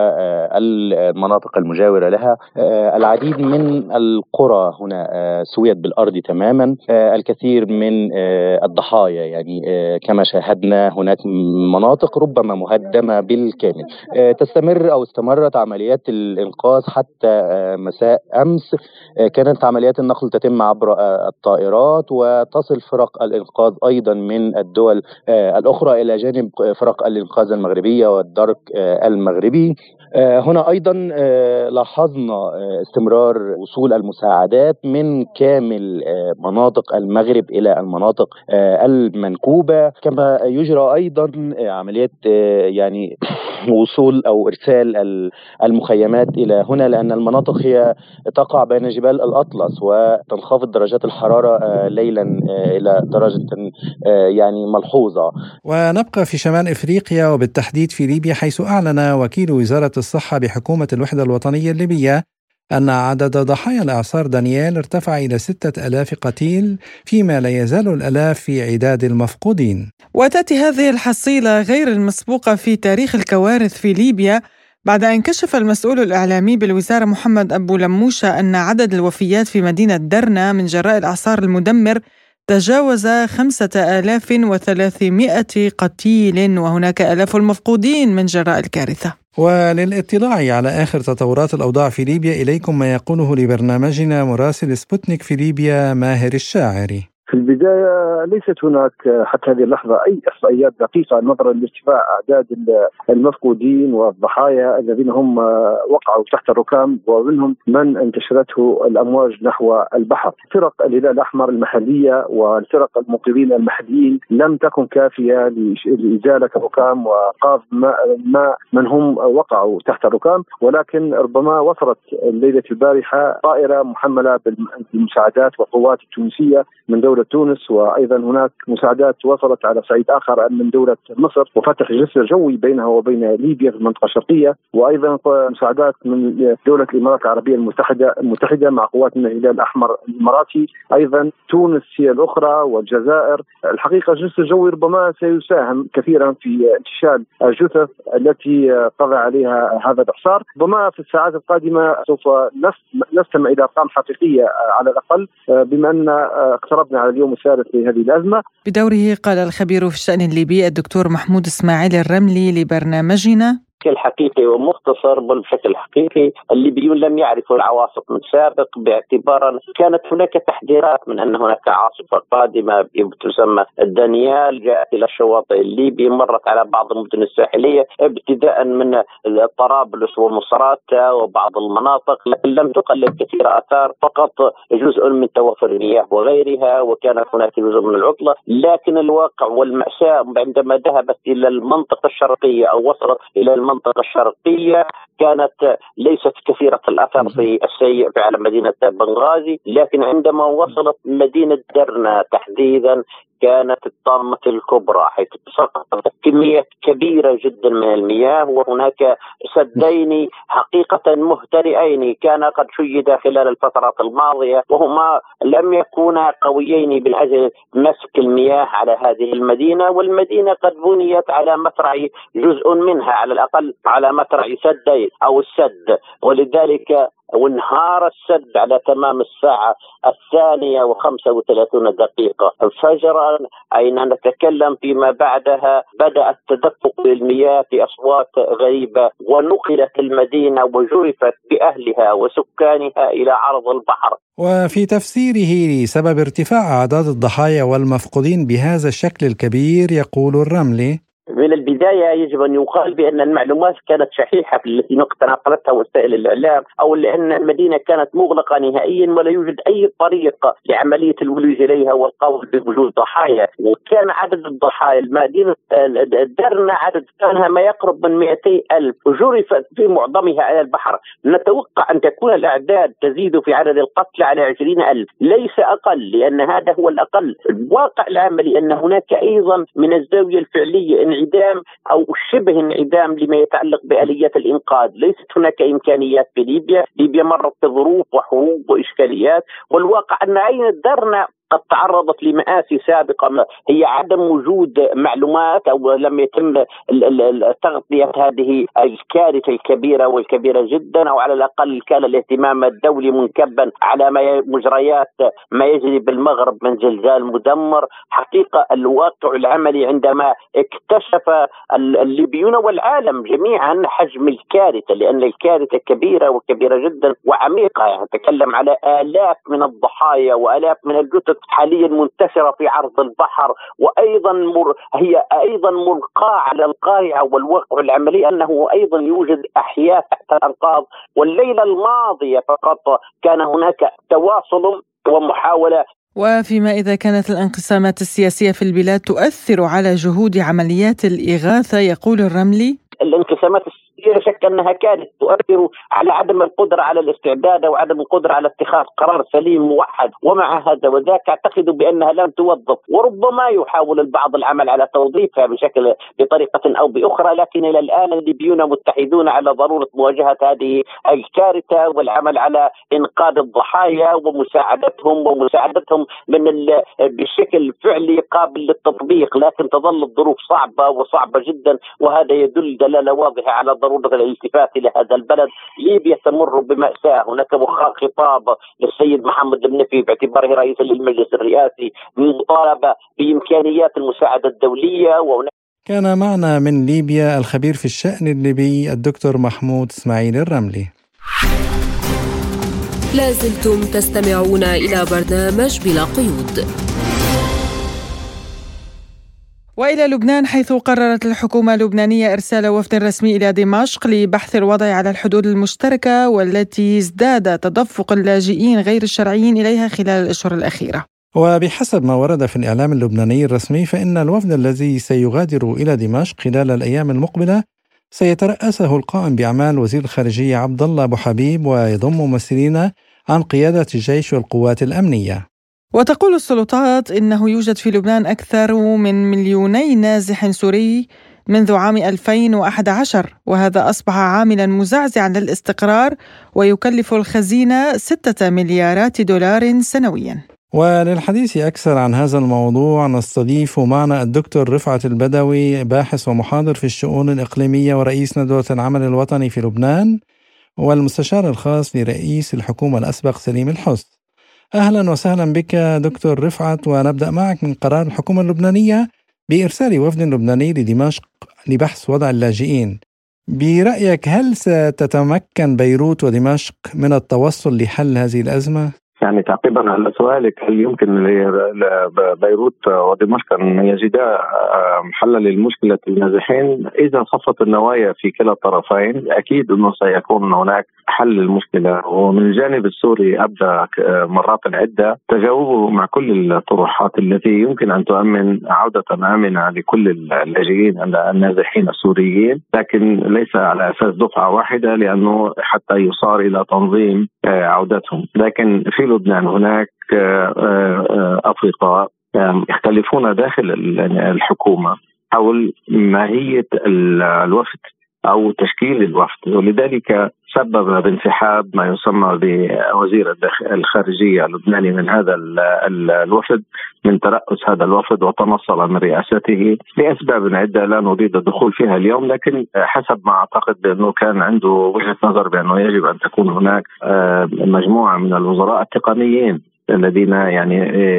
والمناطق المجاورة لها. العديد من القرى هنا سويت بالأرض تماما، الكثير من الضحايا يعني كما شاهدنا هناك مناطق ربما مهدمة بالكامل. تستمر أو استمرت عمليات الإنقاذ حتى مساء أمس. كانت عمليات النقل تتم عبر الطائرات، وتصل فرق الإنقاذ أيضا من الدول الأخرى إلى جانب فرق الإنقاذ المغربية والدرك المغربي. هنا أيضا لاحظنا استمرار وصول المساعدات من كامل مناطق المغرب إلى المناطق المنكوبة، كما يجرى أيضا عمليات يعني وصول أو إرسال المخيمات إلى هنا، لأن المناطق هي تقع بين جبال الأطلس وتنخفض درجات الحرارة ليلا إلى درجة يعني ملحوظة. ونبقى في شمال إفريقيا وبالتحديد في ليبيا، حيث أعلن وكيل وزارة الصحة بحكومة الوحدة الوطنية الليبية أن عدد ضحايا الإعصار دانيال ارتفع إلى ستة آلاف قتيل، فيما لا يزال الآلاف في عداد المفقودين. وتأتي هذه الحصيلة غير المسبوقة في تاريخ الكوارث في ليبيا بعد أن كشف المسؤول الإعلامي بالوزارة محمد أبو لموشة أن عدد الوفيات في مدينة درنا من جراء الإعصار المدمر تجاوز خمسة آلاف وثلاثمائة قتيل، وهناك آلاف المفقودين من جراء الكارثة. وللاطلاع على آخر تطورات الأوضاع في ليبيا إليكم ما يقوله لبرنامجنا مراسل سبوتنيك في ليبيا ماهر الشاعري. في البداية ليست هناك حتى هذه اللحظة أي إحصائيات دقيقة نظرا لارتفاع أعداد المفقودين والضحايا الذين هم وقعوا تحت الركام، ومنهم من انتشرته الأمواج نحو البحر. فرق الهلال الأحمر المحلية والفرق المنقذين المحليين لم تكن كافية لإزالة الركام وإنقاذ ما من هم وقعوا تحت الركام، ولكن ربما وصلت الليلة البارحة طائرة محملة بالمساعدات والقوات التونسية من دولة دولة تونس، وأيضا هناك مساعدات وصلت على صعيد آخر من دولة مصر وفتح جسر جوي بينها وبين ليبيا في المنطقة الشرقية، وأيضا مساعدات من دولة الإمارات العربية المتحدة المتحدة مع قوات من الهلال الأحمر الإماراتي. أيضا تونس هي الأخرى والجزائر. الحقيقة الجسر الجوي ربما سيساهم كثيرا في انتشال الجثث التي قضى عليها هذا الإحصار. ربما في الساعات القادمة سوف نستمع إلى أرقام حقيقية على الأقل، بما أن اقتربنا على اليوم الثالث لهذه الأزمة. بدوره قال الخبير في الشأن الليبي الدكتور محمود إسماعيل الرملي لبرنامجنا بشكل حقيقي ومختصر. بشكل حقيقي الليبيون لم يعرفوا العواصف من سابق، باعتبارا كانت هناك تحذيرات من أن هناك عاصفة قادمة تسمى الدانيال جاءت إلى الشواطئ الليبي، مرت على بعض المدن الساحلية ابتداء من طرابلس ومصراتة وبعض المناطق، لكن لم تقلل كثير آثار، فقط جزء من توافر المياه وغيرها، وكانت هناك جزء من العطلة. لكن الواقع والمأساة عندما ذهبت إلى المنطقة الشرقية أو وصلت إلى المنطقة الشرقية كانت ليست كثيرة الأثر في السيء على مدينة بنغازي، لكن عندما وصلت مدينة درنا تحديدا كانت الطامة الكبرى، حيث سقطت كمية كبيرة جدا من المياه، وهناك سدين حقيقة مهترئين كان قد شيدا خلال الفترات الماضية، وهما لم يكونا قويين من أجل مسك المياه على هذه المدينة، والمدينة قد بنيت على مفرع جزء منها على الأقل على مفرع سدين أو السد، ولذلك وانهار السد على تمام الساعة الثانية وخمسة وثلاثون دقيقة فجرا، أين نتكلم فيما بعدها بدأت تدفق المياه في أصوات غريبة، ونقلت المدينة وجرفت بأهلها وسكانها إلى عرض البحر. وفي تفسيره لسبب ارتفاع أعداد الضحايا والمفقودين بهذا الشكل الكبير يقول الرملي: من البداية يجب أن يقال بأن المعلومات كانت شحيحة التي تناقلتها وسائل الإعلام، أو لأن المدينة كانت مغلقة نهائيا ولا يوجد أي طريقة لعملية الولوج إليها والقول بوجود ضحايا. وكان عدد الضحايا المدينة درنا عدد كانها ما يقرب من مئتي ألف، وجرفت في معظمها على البحر. نتوقع أن تكون الأعداد تزيد في عدد القتلى على عشرين ألف، ليس أقل، لأن هذا هو الأقل. الواقع العملي أن هناك أيضا من الزاوية الفعلية انعدام أو شبه انعدام لما يتعلق بآليات الإنقاذ. ليست هناك إمكانيات في ليبيا، ليبيا مرت بظروف وحروب وإشكاليات، والواقع أن أين درنا قد تعرضت لمآسي سابقة، هي عدم وجود معلومات أو لم يتم تغطية هذه الكارثة الكبيرة والكبيرة جدا، أو على الأقل كان الاهتمام الدولي منكبا على ما مجريات ما يجري بالمغرب من زلزال مدمر. حقيقة الواقع العملي عندما اكتشف الليبيون والعالم جميعا حجم الكارثة، لأن الكارثة كبيرة وكبيرة جدا وعميقة، يعني نتكلم على آلاف من الضحايا وآلاف من الجثث حاليا منتشرة في عرض البحر، وأيضا مر هي أيضا ملقاة على القارعة. والواقع العملي أنه أيضا يوجد أحياء تحت الأنقاض. والليلة الماضية فقط كان هناك تواصل ومحاولة. وفيما إذا كانت الانقسامات السياسية في البلاد تؤثر على جهود عمليات الإغاثة، يقول الرملي: الانقسامات لا شك أنها كانت تؤثر على عدم القدرة على الاستعداد أو عدم القدرة على اتخاذ قرار سليم موحد. ومع هذا وذاك أعتقد بأنها لم توظف، وربما يحاول البعض العمل على توظيفها بشكل بطريقة أو بأخرى، لكن إلى الآن الليبيون متحدون على ضرورة مواجهة هذه الكارثة والعمل على إنقاذ الضحايا ومساعدتهم ومساعدتهم من بشكل فعلي قابل للتطبيق. لكن تظل الظروف صعبة وصعبة جدا، وهذا يدل دلالة واضحة على ضرورة الالتفات إلى هذا البلد. ليبيا تمر بمأساة. هناك خطاب للسيد محمد المنفي باعتباره رئيسا للمجلس الرئاسي بمطالبة بإمكانيات المساعدة الدولية. وهناك كان معنا من ليبيا الخبير في الشأن الليبي الدكتور محمود إسماعيل الرملي. لازلتم تستمعون إلى برنامج بلا قيود. وإلى لبنان، حيث قررت الحكومة اللبنانية إرسال وفد رسمي إلى دمشق لبحث الوضع على الحدود المشتركة والتي ازداد تدفق اللاجئين غير الشرعيين إليها خلال الأشهر الأخيرة. وبحسب ما ورد في الإعلام اللبناني الرسمي، فإن الوفد الذي سيغادر إلى دمشق خلال الأيام المقبلة سيترأسه القائم بأعمال وزير الخارجية عبد الله أبو حبيب، ويضم ممثلين عن قيادة الجيش والقوات الأمنية. وتقول السلطات إنه يوجد في لبنان أكثر من مليوني نازح سوري منذ عام ألفين وأحد عشر، وهذا أصبح عاملا مزعزعا للاستقرار ويكلف الخزينة ستة مليارات دولار سنويا. وللحديث أكثر عن هذا الموضوع نستضيف معنا الدكتور رفعت البدوي، باحث ومحاضر في الشؤون الإقليمية ورئيس ندوة العمل الوطني في لبنان والمستشار الخاص لرئيس الحكومة الأسبق سليم الحسن. أهلا وسهلا بك دكتور رفعت، ونبدأ معك من قرار الحكومة اللبنانية بإرسال وفد لبناني لدمشق لبحث وضع اللاجئين. برأيك هل ستتمكن بيروت ودمشق من التوصل لحل هذه الأزمة؟ يعني تعقيبا على سؤالك، هل يمكن لبيروت ودمشق أن يجدا حلا للمشكلة النازحين؟ إذا صفت النوايا في كلا الطرفين أكيد أنه سيكون هناك حل للمشكلة. ومن الجانب السوري أبدأ مرات عدة تجاوبه مع كل الطروحات التي يمكن أن تؤمن عودة آمنة لكل اللاجئين النازحين السوريين، لكن ليس على أساس دفعة واحدة لأنه حتى يصار إلى تنظيم عودتهم. لكن في لبنان هناك أفرقاء يختلفون داخل الحكومة حول ماهية الوفد أو تشكيل الوفد، ولذلك سبب بانسحاب ما يسمى بوزير الخارجية اللبناني من هذا الوفد، من ترأس هذا الوفد، وتنصل من رئاسته لأسباب عدة لا نريد الدخول فيها اليوم. لكن حسب ما أعتقد بأنه كان عنده وجهة نظر بأنه يجب أن تكون هناك مجموعة من الوزراء التقنيين الذين يعني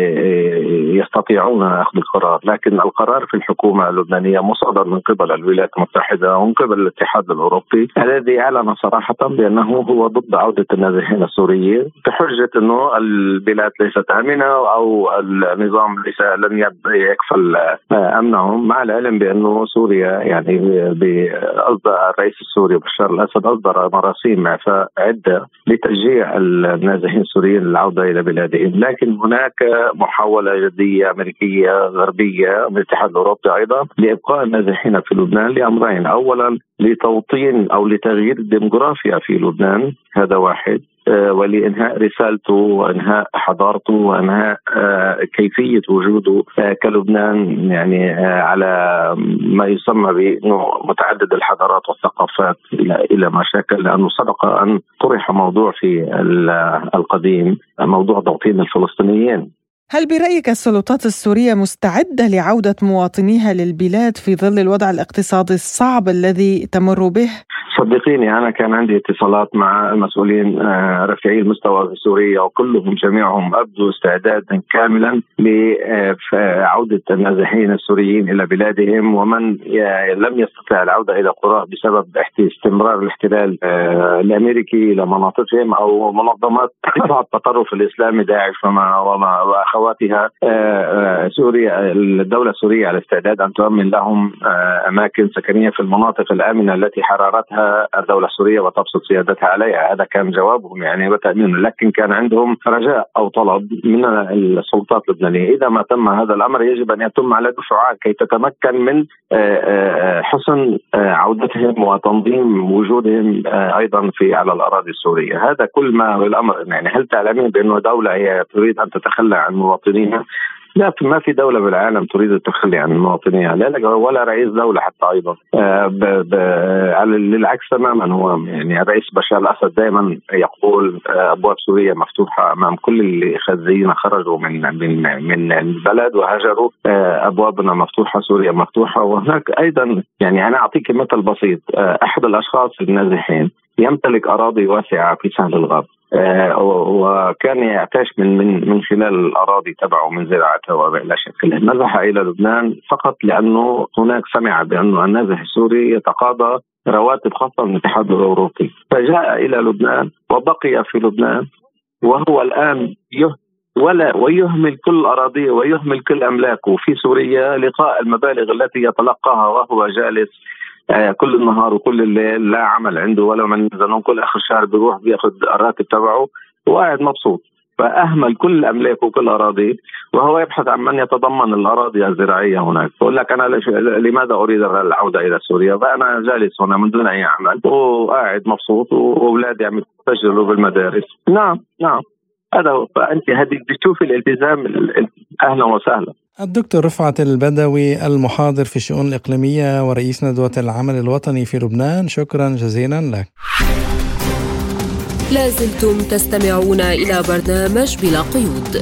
يستطيعون أخذ القرار. لكن القرار في الحكومة اللبنانية مصدر من قبل الولايات المتحدة ومن قبل الاتحاد الأوروبي، الذي أعلن صراحة بأنه هو ضد عودة النازحين السوريين بحجة أنه البلاد ليست آمنة أو النظام ليس لن يكفل أمنهم، مع العلم بأنه سوريا يعني بأصدر الرئيس السوري بشار الأسد أصدر مراسيم إعفاء عدة لتشجيع النازحين السوريين للعودة إلى بلادهم. لكن هناك محاولة جدية أمريكية غربية من الاتحاد الأوروبي أيضا لإبقاء النازحين في لبنان لأمرين: أولا لتوطين أو لتغيير الديموغرافيا في لبنان، هذا واحد، ولإنهاء رسالته وإنهاء حضارته وإنهاء كيفية وجوده كلبنان يعني على ما يسمى بأنه متعدد الحضارات والثقافات إلى مشاكل، لأنه سبق أن طرح موضوع في القديم موضوع توطين الفلسطينيين. هل برأيك السلطات السورية مستعدة لعودة مواطنيها للبلاد في ظل الوضع الاقتصادي الصعب الذي تمر به؟ صدقيني أنا كان عندي اتصالات مع المسؤولين رفيعي المستوى في سوريا، وكلهم جميعهم أبدوا استعدادا كاملا لعودة النازحين السوريين إلى بلادهم، ومن لم يستطع العودة إلى قراه بسبب استمرار الاحتلال الأمريكي إلى مناطقهم أو منظمات التطرف الإسلامي داعش وما وما وأخواتها، سوريا الدولة السورية على استعداد أن تؤمن لهم أماكن سكنية في المناطق الآمنة التي حررتها الدولة السورية وتبسط سيادتها عليها. هذا كان جوابهم يعني وتأمين، لكن كان عندهم رجاء أو طلب من السلطات اللبنانية إذا ما تم هذا الأمر يجب أن يتم على دفعات كي تتمكن من حسن عودتهم وتنظيم وجودهم أيضا في على الأراضي السورية. هذا كل ما بالأمر. يعني هل تعلمين بأنه دولة هي تريد أن تتخلى عن مواطنيها؟ لا، ما في دولة بالعالم تريد التخلي عن مواطنيها، لا ولا رئيس دولة حتى أيضا. آه ب ب للعكس تماما، هو يعني الرئيس بشار الأسد دائما يقول آه أبواب سوريا مفتوحة أمام كل اللي الذين خرجوا من من من البلد وهاجروا، آه أبوابنا مفتوحة، سوريا مفتوحة. وهناك أيضا يعني أنا أعطيك مثل بسيط، آه أحد الأشخاص النازحين يمتلك أراضي واسعة في سهل الغرب، آه وكان يعتاش من من من خلال الأراضي تبعه من زراعتها وإلى شكلها. نزح إلى لبنان فقط لأنه هناك سمع بأنه النازح السوري يتقاضى رواتب خاصة من الاتحاد الأوروبي، فجاء إلى لبنان وبقي في لبنان، وهو الآن يه ولا ويهمل كل أراضيه ويهمل كل أملاكه في سوريا لقاء المبالغ التي يتلقاها وهو جالس آه كل النهار وكل الليل، لا عمل عنده ولا من زنون، كل آخر شهر بيروح بياخذ الراتب تبعه وقاعد مبسوط. فأهمل كل أملاكه وكل أراضيه وهو يبحث عن من يتضمن الأراضي الزراعية هناك. بقول لك أنا لماذا أريد العودة إلى سوريا؟ فأنا جالس هنا من دون أي عمل وقاعد مبسوط وأولادي عم يسجلوا بالمدارس. نعم نعم هذا هو. فأنت هذه بتشوف الالتزام. أهلا وسهلا. الدكتور رفعت البدوي المحاضر في الشؤون الإقليمية ورئيس ندوة العمل الوطني في لبنان، شكرا جزيلا لك. لازلتم تستمعون إلى برنامج بلا قيود.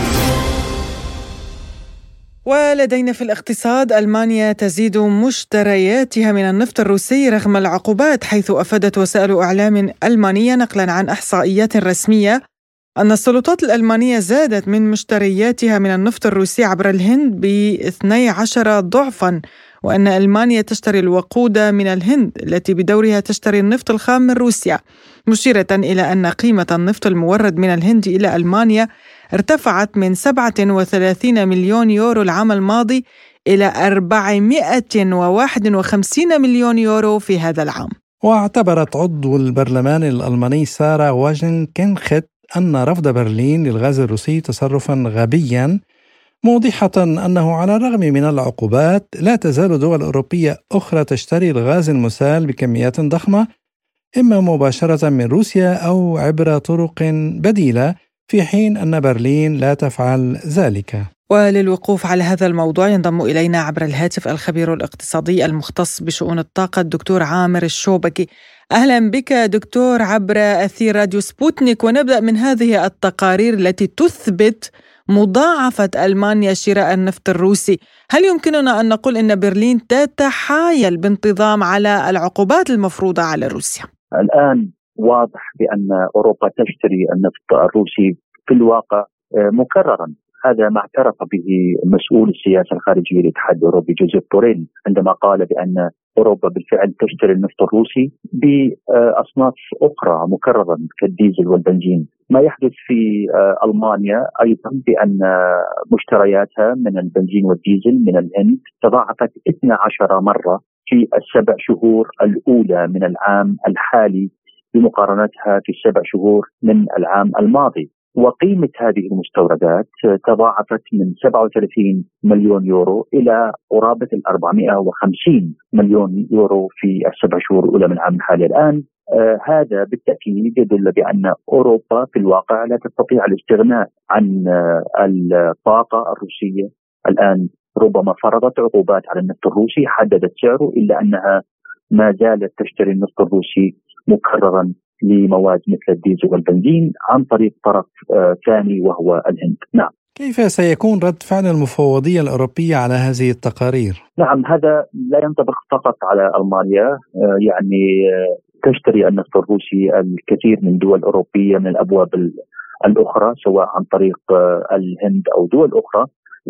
ولدينا في الاقتصاد، ألمانيا تزيد مشترياتها من النفط الروسي رغم العقوبات، حيث أفادت وسائل إعلام ألمانية نقلا عن إحصائيات رسمية أن السلطات الألمانية زادت من مشترياتها من النفط الروسي عبر الهند ب اثني عشر ضعفا، وأن ألمانيا تشتري الوقود من الهند التي بدورها تشتري النفط الخام من روسيا، مشيرة إلى أن قيمة النفط المورد من الهند إلى ألمانيا ارتفعت من سبعة وثلاثين مليون يورو العام الماضي إلى أربعمائة وواحد وخمسين مليون يورو في هذا العام. واعتبرت عضو البرلمان الألماني سارة واجنكنخت أن رفض برلين للغاز الروسي تصرفا غبيا، موضحة أنه على الرغم من العقوبات لا تزال دول أوروبية أخرى تشتري الغاز المسال بكميات ضخمة، إما مباشرة من روسيا أو عبر طرق بديلة، في حين أن برلين لا تفعل ذلك. وللوقوف على هذا الموضوع ينضم إلينا عبر الهاتف الخبير الاقتصادي المختص بشؤون الطاقة الدكتور عامر الشوبكي. أهلا بك دكتور عبر أثير راديو سبوتنيك. ونبدأ من هذه التقارير التي تثبت مضاعفة ألمانيا شراء النفط الروسي. هل يمكننا أن نقول أن برلين تتحايل بانتظام على العقوبات المفروضة على روسيا؟ الآن واضح بأن أوروبا تشتري النفط الروسي في الواقع مكررا. هذا ما اعترف به مسؤول السياسة الخارجية للاتحاد الأوروبي جوزيف بوريل عندما قال بأن أوروبا بالفعل تشتري النفط الروسي بأصناف أخرى مكررا كالديزل والبنزين. ما يحدث في ألمانيا أيضا بأن مشترياتها من البنزين والديزل من الهند تضاعفت اثنتي عشرة مرة في السبع شهور الأولى من العام الحالي بمقارنتها في السبع شهور من العام الماضي. وقيمة هذه المستوردات تضاعفت من سبعة وثلاثين مليون يورو إلى قرابة أربعمائة وخمسين مليون يورو في السبع شهور الأولى من العام الحالي. الآن آه هذا بالتأكيد يدل بأن أوروبا في الواقع لا تستطيع الاستغناء عن آه الطاقة الروسية. الآن ربما فرضت عقوبات على النفط الروسي، حددت سعره، إلا أنها ما زالت تشتري النفط الروسي مكررا لمواد مثل الديزل والبنزين عن طريق طرف آه ثاني وهو الهند. نعم. كيف سيكون رد فعل المفوضية الأوروبية على هذه التقارير؟ نعم، هذا لا ينطبق فقط على ألمانيا. آه يعني آه تشتري النفط الروسي الكثير من دول أوروبية من الأبواب الأخرى، سواء عن طريق آه الهند أو دول أخرى،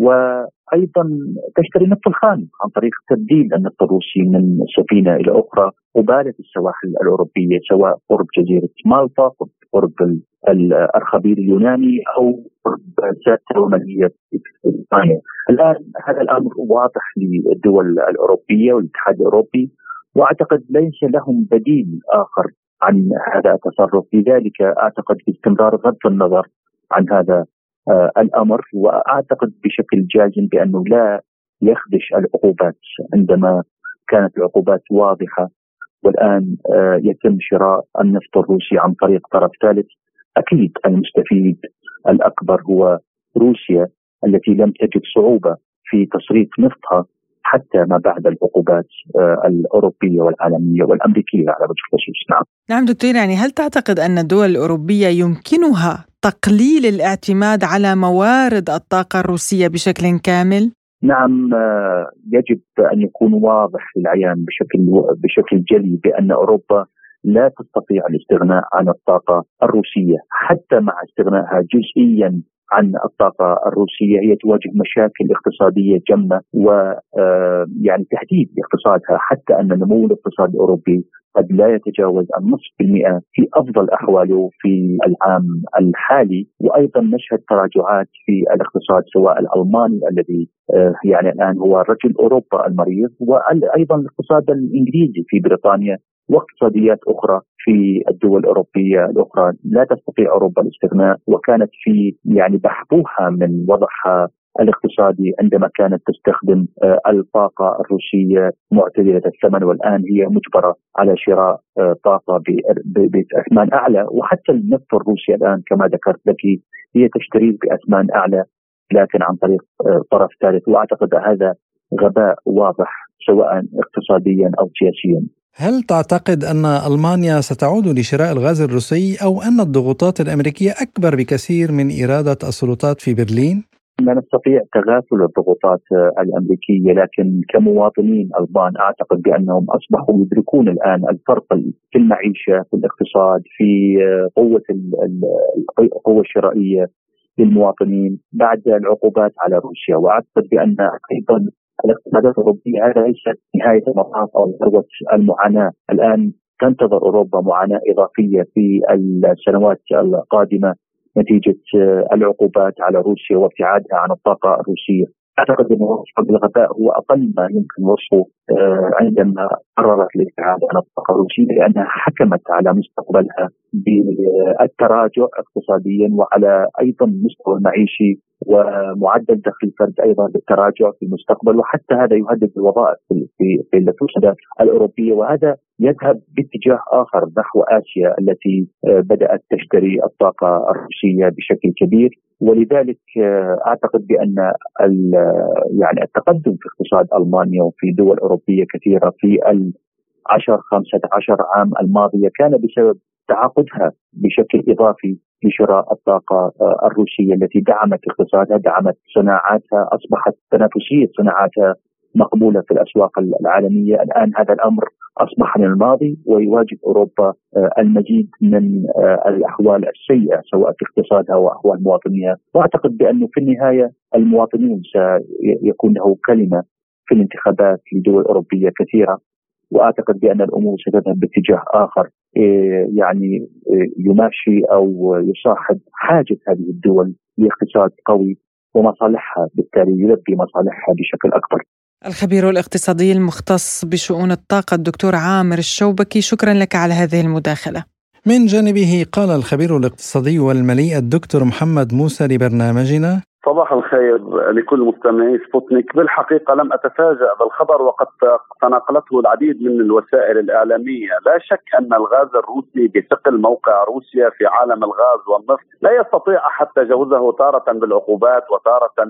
وأيضا تشتري النفط الخام عن طريق تبديل النفط الروسي من سفينة إلى أخرى قبالة السواحل الأوروبية، سواء قرب جزيرة مالطا، قرب الأرخبيل اليوناني، أو قرب ساتا ومالية إسبانيا. الآن هذا الأمر واضح للدول الأوروبية والاتحاد الأوروبي، وأعتقد ليس لهم بديل آخر عن هذا التصرف. لذلك أعتقد باستمرار غض النظر عن هذا آه الأمر، وأعتقد بشكل جازم بأنه لا يخدش العقوبات عندما كانت العقوبات واضحة، والآن آه يتم شراء النفط الروسي عن طريق طرف ثالث. أكيد المستفيد الأكبر هو روسيا التي لم تجد صعوبة في تصريف نفطها حتى ما بعد العقوبات آه الأوروبية والعالمية والأمريكية على وجه الخصوص. نعم. نعم دكتور، يعني هل تعتقد أن الدول الأوروبية يمكنها تقليل الاعتماد على موارد الطاقة الروسية بشكل كامل؟ نعم، يجب أن يكون واضح للعيان بشكل بشكل جلي بأن أوروبا لا تستطيع الاستغناء عن الطاقة الروسية. حتى مع استغنائها جزئيا عن الطاقة الروسية هي تواجه مشاكل اقتصادية جمة ويعني تهديد لاقتصادها، حتى أن نمو الاقتصاد الأوروبي قد لا يتجاوز النصف بالمئة في أفضل أحواله في العام الحالي. وأيضا نشهد تراجعات في الاقتصاد، سواء الألماني الذي يعني الآن هو رجل أوروبا المريض، وأيضا الاقتصاد الإنجليزي في بريطانيا، واقتصاديات أخرى في الدول الأوروبية الأخرى. لا تستطيع أوروبا الاستغناء، وكانت في يعني بحبوحة من وضعها الاقتصادي عندما كانت تستخدم الطاقة الروسية معتدلة الثمن، والآن هي مجبرة على شراء طاقة بأثمان أعلى. وحتى النفط الروسي الآن كما ذكرت لك هي تشتريه بأثمان أعلى لكن عن طريق طرف ثالث، وأعتقد هذا غباء واضح سواء اقتصاديا أو سياسيا. هل تعتقد أن ألمانيا ستعود لشراء الغاز الروسي أو أن الضغوطات الأمريكية أكبر بكثير من إرادة السلطات في برلين؟ لا نستطيع تغافل الضغوطات الأمريكية، لكن كمواطنين ألمان أعتقد بأنهم أصبحوا يدركون الآن الفرق في المعيشة، في الاقتصاد، في قوة القوة الشرائية للمواطنين بعد العقوبات على روسيا. وأعتقد بأن أيضا الاقتصادات الأوروبية هذا ليس نهاية المطاف أو ذروة المعاناة. الآن تنتظر أوروبا معاناة إضافية في السنوات القادمة نتيجة العقوبات على روسيا وابتعادها عن الطاقة الروسية. أعتقد أن وصف بالغباء هو أقل ما يمكن وصفه عندما قررت الابتعاد عن الطاقة الروسية، لأنها حكمت على مستقبلها بالتراجع اقتصاديا وعلى أيضا المستوى المعيشي ومعدل دخل الفرد أيضا بالتراجع في المستقبل، وحتى هذا يهدد الوظائف في في الاقتصادات الأوروبية، وهذا يذهب باتجاه آخر نحو آسيا التي بدأت تشتري الطاقة الروسية بشكل كبير. ولذلك أعتقد بأن يعني التقدم في اقتصاد ألمانيا وفي دول أوروبية كثيرة في العشر خمسة عشر عام الماضية كان بسبب تعاقدها بشكل إضافي لشراء الطاقة الروسية التي دعمت اقتصادها، دعمت صناعاتها، أصبحت تنافسية صناعاتها مقبولة في الأسواق العالمية. الآن هذا الأمر أصبح من الماضي ويواجه أوروبا المزيد من الأحوال السيئة سواء في اقتصادها وأحوال مواطنيها. وأعتقد بأنه في النهاية المواطنين سيكون له كلمة في الانتخابات لدول أوروبية كثيرة، وأعتقد بأن الأمور ستذهب باتجاه آخر يعني يماشي أو يصاحب حاجة هذه الدول لاقتصاد قوي ومصالحها بالتالي يلبي مصالحها بشكل أكبر. الخبير الاقتصادي المختص بشؤون الطاقة الدكتور عامر الشوبكي، شكرا لك على هذه المداخلة. من جانبه قال الخبير الاقتصادي والمالي الدكتور محمد موسى لبرنامجنا: صباح الخير لكل مستمعي سبوتنيك. بالحقيقة لم أتفاجأ بالخبر وقد تناقلته العديد من الوسائل الإعلامية. لا شك أن الغاز الروسي بثقل موقع روسيا في عالم الغاز والنفط لا يستطيع أحد تجاوزه تارة بالعقوبات وتارة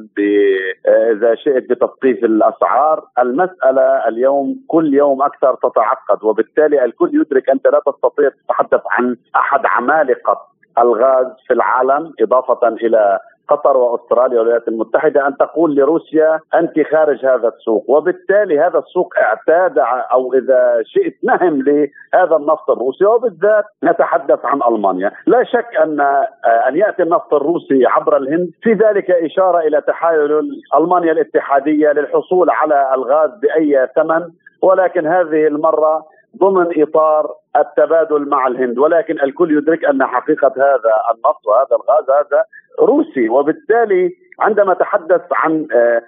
إذا شئت بتثقيف الأسعار. المسألة اليوم كل يوم أكثر تتعقد، وبالتالي الكل يدرك أنت لا تستطيع تتحدث عن أحد عمالقة الغاز في العالم إضافة إلى قطر وأستراليا والولايات المتحدة أن تقول لروسيا أنت خارج هذا السوق، وبالتالي هذا السوق اعتاد أو إذا شئت نهم لهذا النفط الروسي، وبالذات نتحدث عن ألمانيا. لا شك أن أن يأتي النفط الروسي عبر الهند في ذلك إشارة إلى تحايل ألمانيا الاتحادية للحصول على الغاز بأي ثمن، ولكن هذه المرة ضمن إطار التبادل مع الهند. ولكن الكل يدرك أن حقيقة هذا النفط وهذا الغاز هذا روسي، وبالتالي عندما تحدث عن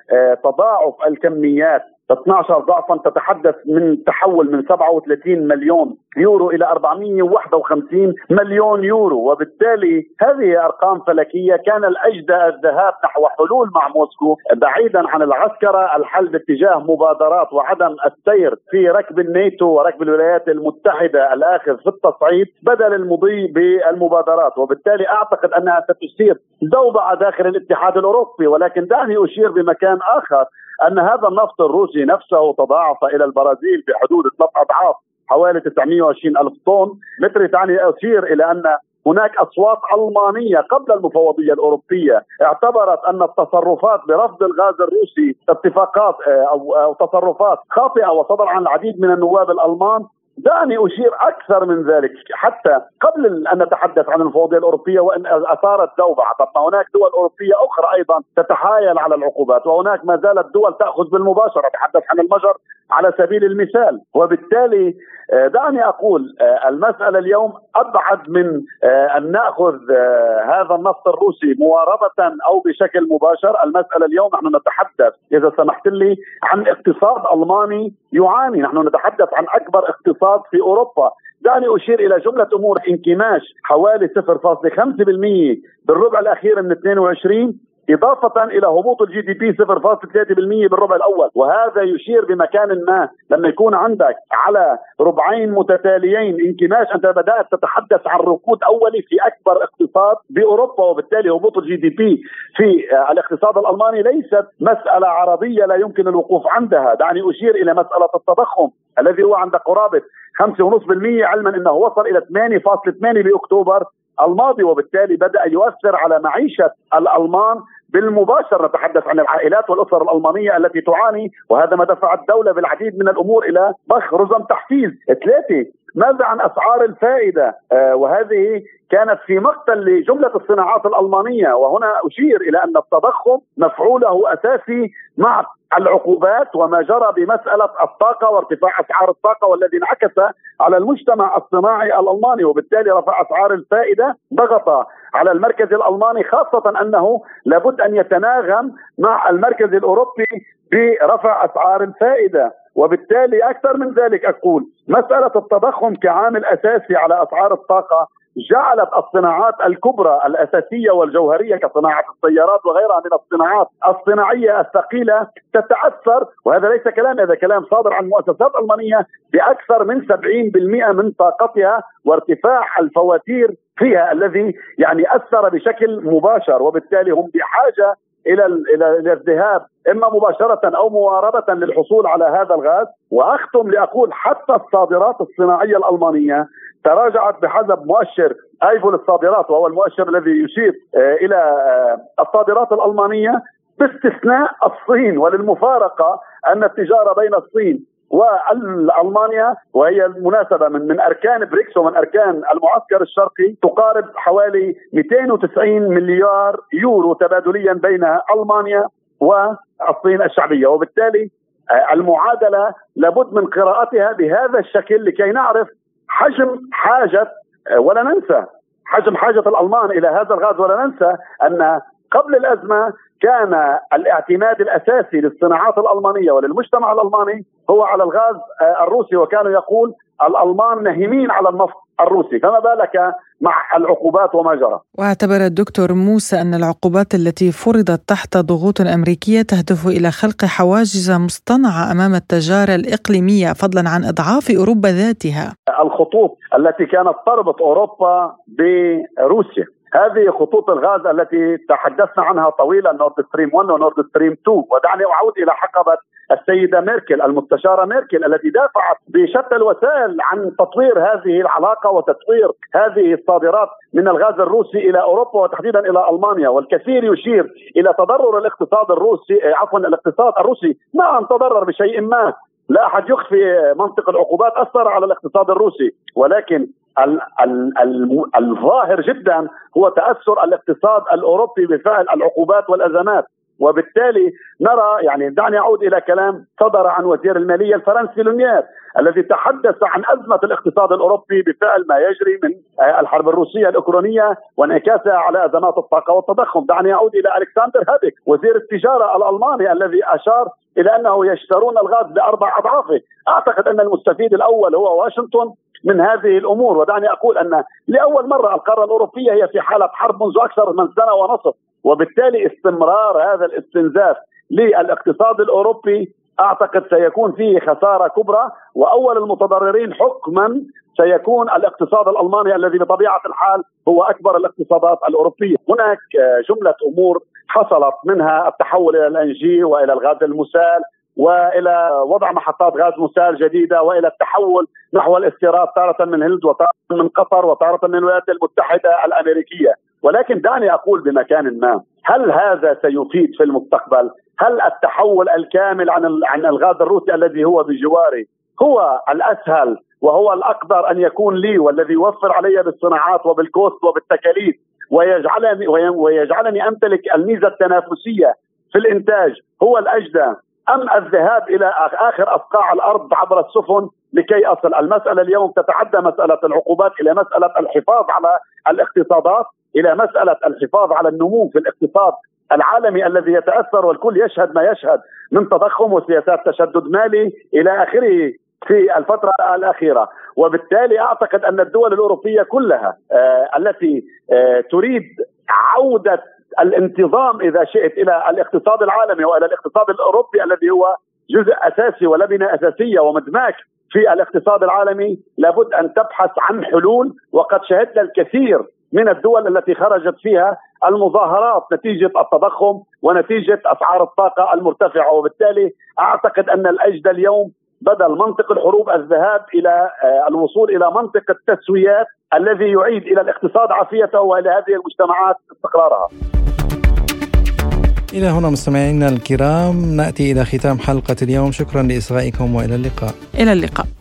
تضاعف الكميات اثني عشر ضعفا تتحدث من تحول من سبعة وثلاثين مليون يورو إلى أربعمئة وواحد وخمسين مليون يورو، وبالتالي هذه أرقام فلكية. كان الأجدى الذهاب نحو حلول مع موسكو بعيدا عن العسكرة، الحل باتجاه مبادرات وعدم السير في ركب الناتو وركب الولايات المتحدة الآخذ في التصعيد بدل المضي بالمبادرات، وبالتالي أعتقد أنها ستثير ذوبعة داخل الاتحاد الأوروبي. ولكن دعني أشير بمكان آخر أن هذا النفط الروسي نفسه تضاعف إلى البرازيل بحدود ثلاث أضعاف حوالي تسعمئة وعشرين ألف طن متر. تعني أشير إلى أن هناك أصوات ألمانية قبل المفوضية الأوروبية اعتبرت أن التصرفات برفض الغاز الروسي اتفاقات أو تصرفات خاطئة، وصدر عن العديد من النواب الألمان. دعني أشير أكثر من ذلك، حتى قبل أن نتحدث عن المفوضية الأوروبية وأن أثارت ذوبعة، طب هناك دول أوروبية أخرى أيضا تتحايل على العقوبات، وهناك ما زالت دول تأخذ بالمباشرة، أتحدث عن المجر على سبيل المثال. وبالتالي دعني أقول المسألة اليوم أبعد من أن نأخذ هذا النفط الروسي مواربة أو بشكل مباشر. المسألة اليوم نحن نتحدث إذا سمحت لي عن اقتصاد ألماني يعاني، نحن نتحدث عن أكبر اقتصاد في أوروبا. دعني أشير إلى جملة أمور: انكماش حوالي صفر فاصلة خمسة بالمئة بالربع الأخير من اثنين وعشرين، إضافة إلى هبوط الجي دي بي صفر فاصلة ثلاثة بالمئة بالربع الأول. وهذا يشير بمكان ما لما يكون عندك على ربعين متتاليين انكماش، أنت بدأت تتحدث عن ركود أولي في أكبر اقتصاد بأوروبا، وبالتالي هبوط الجي دي بي في الاقتصاد الألماني ليست مسألة عرضية لا يمكن الوقوف عندها. دعني أشير إلى مسألة التضخم الذي هو عند قرابة خمسة فاصلة خمسة بالمئة، علما أنه وصل إلى ثمانية فاصلة ثمانية بأكتوبر الماضي، وبالتالي بدأ يؤثر على معيشة الألمان بالمباشر. نتحدث عن العائلات والأسر الألمانية التي تعاني، وهذا ما دفع الدولة بالعديد من الأمور إلى ضخ رزم تحفيز. ثلاثة، ماذا عن أسعار الفائدة؟ آه وهذه كانت في مقتل لجملة الصناعات الألمانية. وهنا أشير إلى أن التضخم مفعوله أساسي مع العقوبات وما جرى بمسألة الطاقة وارتفاع أسعار الطاقة، والذي انعكس على المجتمع الصناعي الألماني، وبالتالي رفع أسعار الفائدة ضغط على المركز الألماني، خاصة أنه لابد أن يتناغم مع المركز الأوروبي برفع أسعار الفائدة. وبالتالي أكثر من ذلك أقول مسألة التضخم كعامل أساسي على أسعار الطاقة جعلت الصناعات الكبرى الأساسية والجوهرية كصناعة السيارات وغيرها من الصناعات الصناعية الثقيلة تتأثر. وهذا ليس كلام، هذا كلام صادر عن مؤسسات ألمانية، بأكثر من سبعين بالمئة من طاقتها، وارتفاع الفواتير فيها الذي يعني أثر بشكل مباشر. وبالتالي هم بحاجة إلى إلى الذهاب إما مباشرة أو مواربة للحصول على هذا الغاز. وأختم لأقول حتى الصادرات الصناعية الألمانية تراجعت بحسب مؤشر ايفول الصادرات، وهو المؤشر الذي يشير إلى الصادرات الألمانية باستثناء الصين. وللمفارقة أن التجارة بين الصين والألمانيا، وهي المناسبة من من أركان بريكس ومن أركان المعسكر الشرقي، تقارب حوالي مئتين وتسعين مليار يورو تبادليا بين ألمانيا والصين الشعبية. وبالتالي المعادلة لابد من قراءتها بهذا الشكل لكي نعرف حجم حاجة، ولا ننسى حجم حاجة الألمان إلى هذا الغاز. ولا ننسى أن قبل الأزمة كان الاعتماد الأساسي للصناعات الألمانية وللمجتمع الألماني هو على الغاز الروسي، وكانوا يقول الألمان نهيمين على النفط الروسي، فما بالك مع العقوبات وما جرى. واعتبر الدكتور موسى أن العقوبات التي فرضت تحت ضغوط أمريكية تهدف إلى خلق حواجز مصطنعة أمام التجارة الإقليمية، فضلا عن إضعاف أوروبا ذاتها. الخطوط التي كانت تربط أوروبا بروسيا، هذه خطوط الغاز التي تحدثنا عنها طويلا، نورد ستريم واحد ونورد ستريم اثنين. ودعني أعود إلى حقبة السيدة ميركل، المستشارة ميركل، التي دافعت بشتى الوسائل عن تطوير هذه العلاقة وتطوير هذه الصادرات من الغاز الروسي إلى أوروبا وتحديدا إلى ألمانيا. والكثير يشير إلى تضرر الاقتصاد الروسي، عفوا الاقتصاد الروسي ما أن تضرر بشيء ما، لا أحد يخفي منطق العقوبات أثر على الاقتصاد الروسي، ولكن ال ال ال الظاهر جدا هو تأثر الاقتصاد الأوروبي بفعل العقوبات والأزمات. وبالتالي نرى، يعني دعني أعود إلى كلام صدر عن وزير المالية الفرنسي لونيير الذي تحدث عن أزمة الاقتصاد الأوروبي بفعل ما يجري من الحرب الروسية الأوكرانية وانعكاسها على أزمات الطاقة والتضخم. دعني أعود إلى ألكسندر هابيك وزير التجارة الألماني الذي أشار إلى أنه يشترون الغاز بأربع أضعافه. أعتقد أن المستفيد الأول هو واشنطن من هذه الأمور. ودعني أقول أن لأول مرة القارة الأوروبية هي في حالة حرب منذ أكثر من سنة ونصف، وبالتالي استمرار هذا الاستنزاف للاقتصاد الأوروبي أعتقد سيكون فيه خسارة كبرى، وأول المتضررين حكما سيكون الاقتصاد الألماني الذي بطبيعة الحال هو أكبر الاقتصادات الأوروبية. هناك جملة أمور حصلت، منها التحول إلى الأن جي وإلى الغاز المسال وإلى وضع محطات غاز مسال جديدة وإلى التحول نحو الاستيراد تارة من الهند وتارة من قطر وتارة من الولايات المتحدة الأمريكية. ولكن دعني أقول بمكان ما، هل هذا سيفيد في المستقبل؟ هل التحول الكامل عن عن الغاز الروسي الذي هو بجواري هو الأسهل وهو الأقدر أن يكون لي والذي يوفر علي بالصناعات وبالكوست وبالتكاليف ويجعلني ويجعلني أمتلك الميزة التنافسية في الإنتاج هو الأجدى، أم الذهاب إلى آخر أصقاع الأرض عبر السفن لكي أصل؟ المسألة اليوم تتعدى مسألة العقوبات إلى مسألة الحفاظ على الاقتصادات، إلى مسألة الحفاظ على النمو في الاقتصاد العالمي الذي يتأثر والكل يشهد ما يشهد من تضخم وسياسات تشدد مالي إلى آخره في الفترة الأخيرة. وبالتالي أعتقد أن الدول الأوروبية كلها آه التي آه تريد عودة الانتظام إذا شئت إلى الاقتصاد العالمي وإلى الاقتصاد الأوروبي الذي هو جزء أساسي ولبنة أساسية ومدماج في الاقتصاد العالمي، لابد أن تبحث عن حلول. وقد شهدنا الكثير من الدول التي خرجت فيها المظاهرات نتيجة التضخم ونتيجة أسعار الطاقة المرتفعة، وبالتالي أعتقد أن الأجدى اليوم بدل منطق الحروب الذهاب إلى الوصول إلى منطق التسويات الذي يعيد إلى الاقتصاد عافيته وإلى هذه المجتمعات استقرارها. إلى هنا مستمعينا الكرام نأتي إلى ختام حلقة اليوم. شكرا لإصغائكم وإلى اللقاء. إلى اللقاء.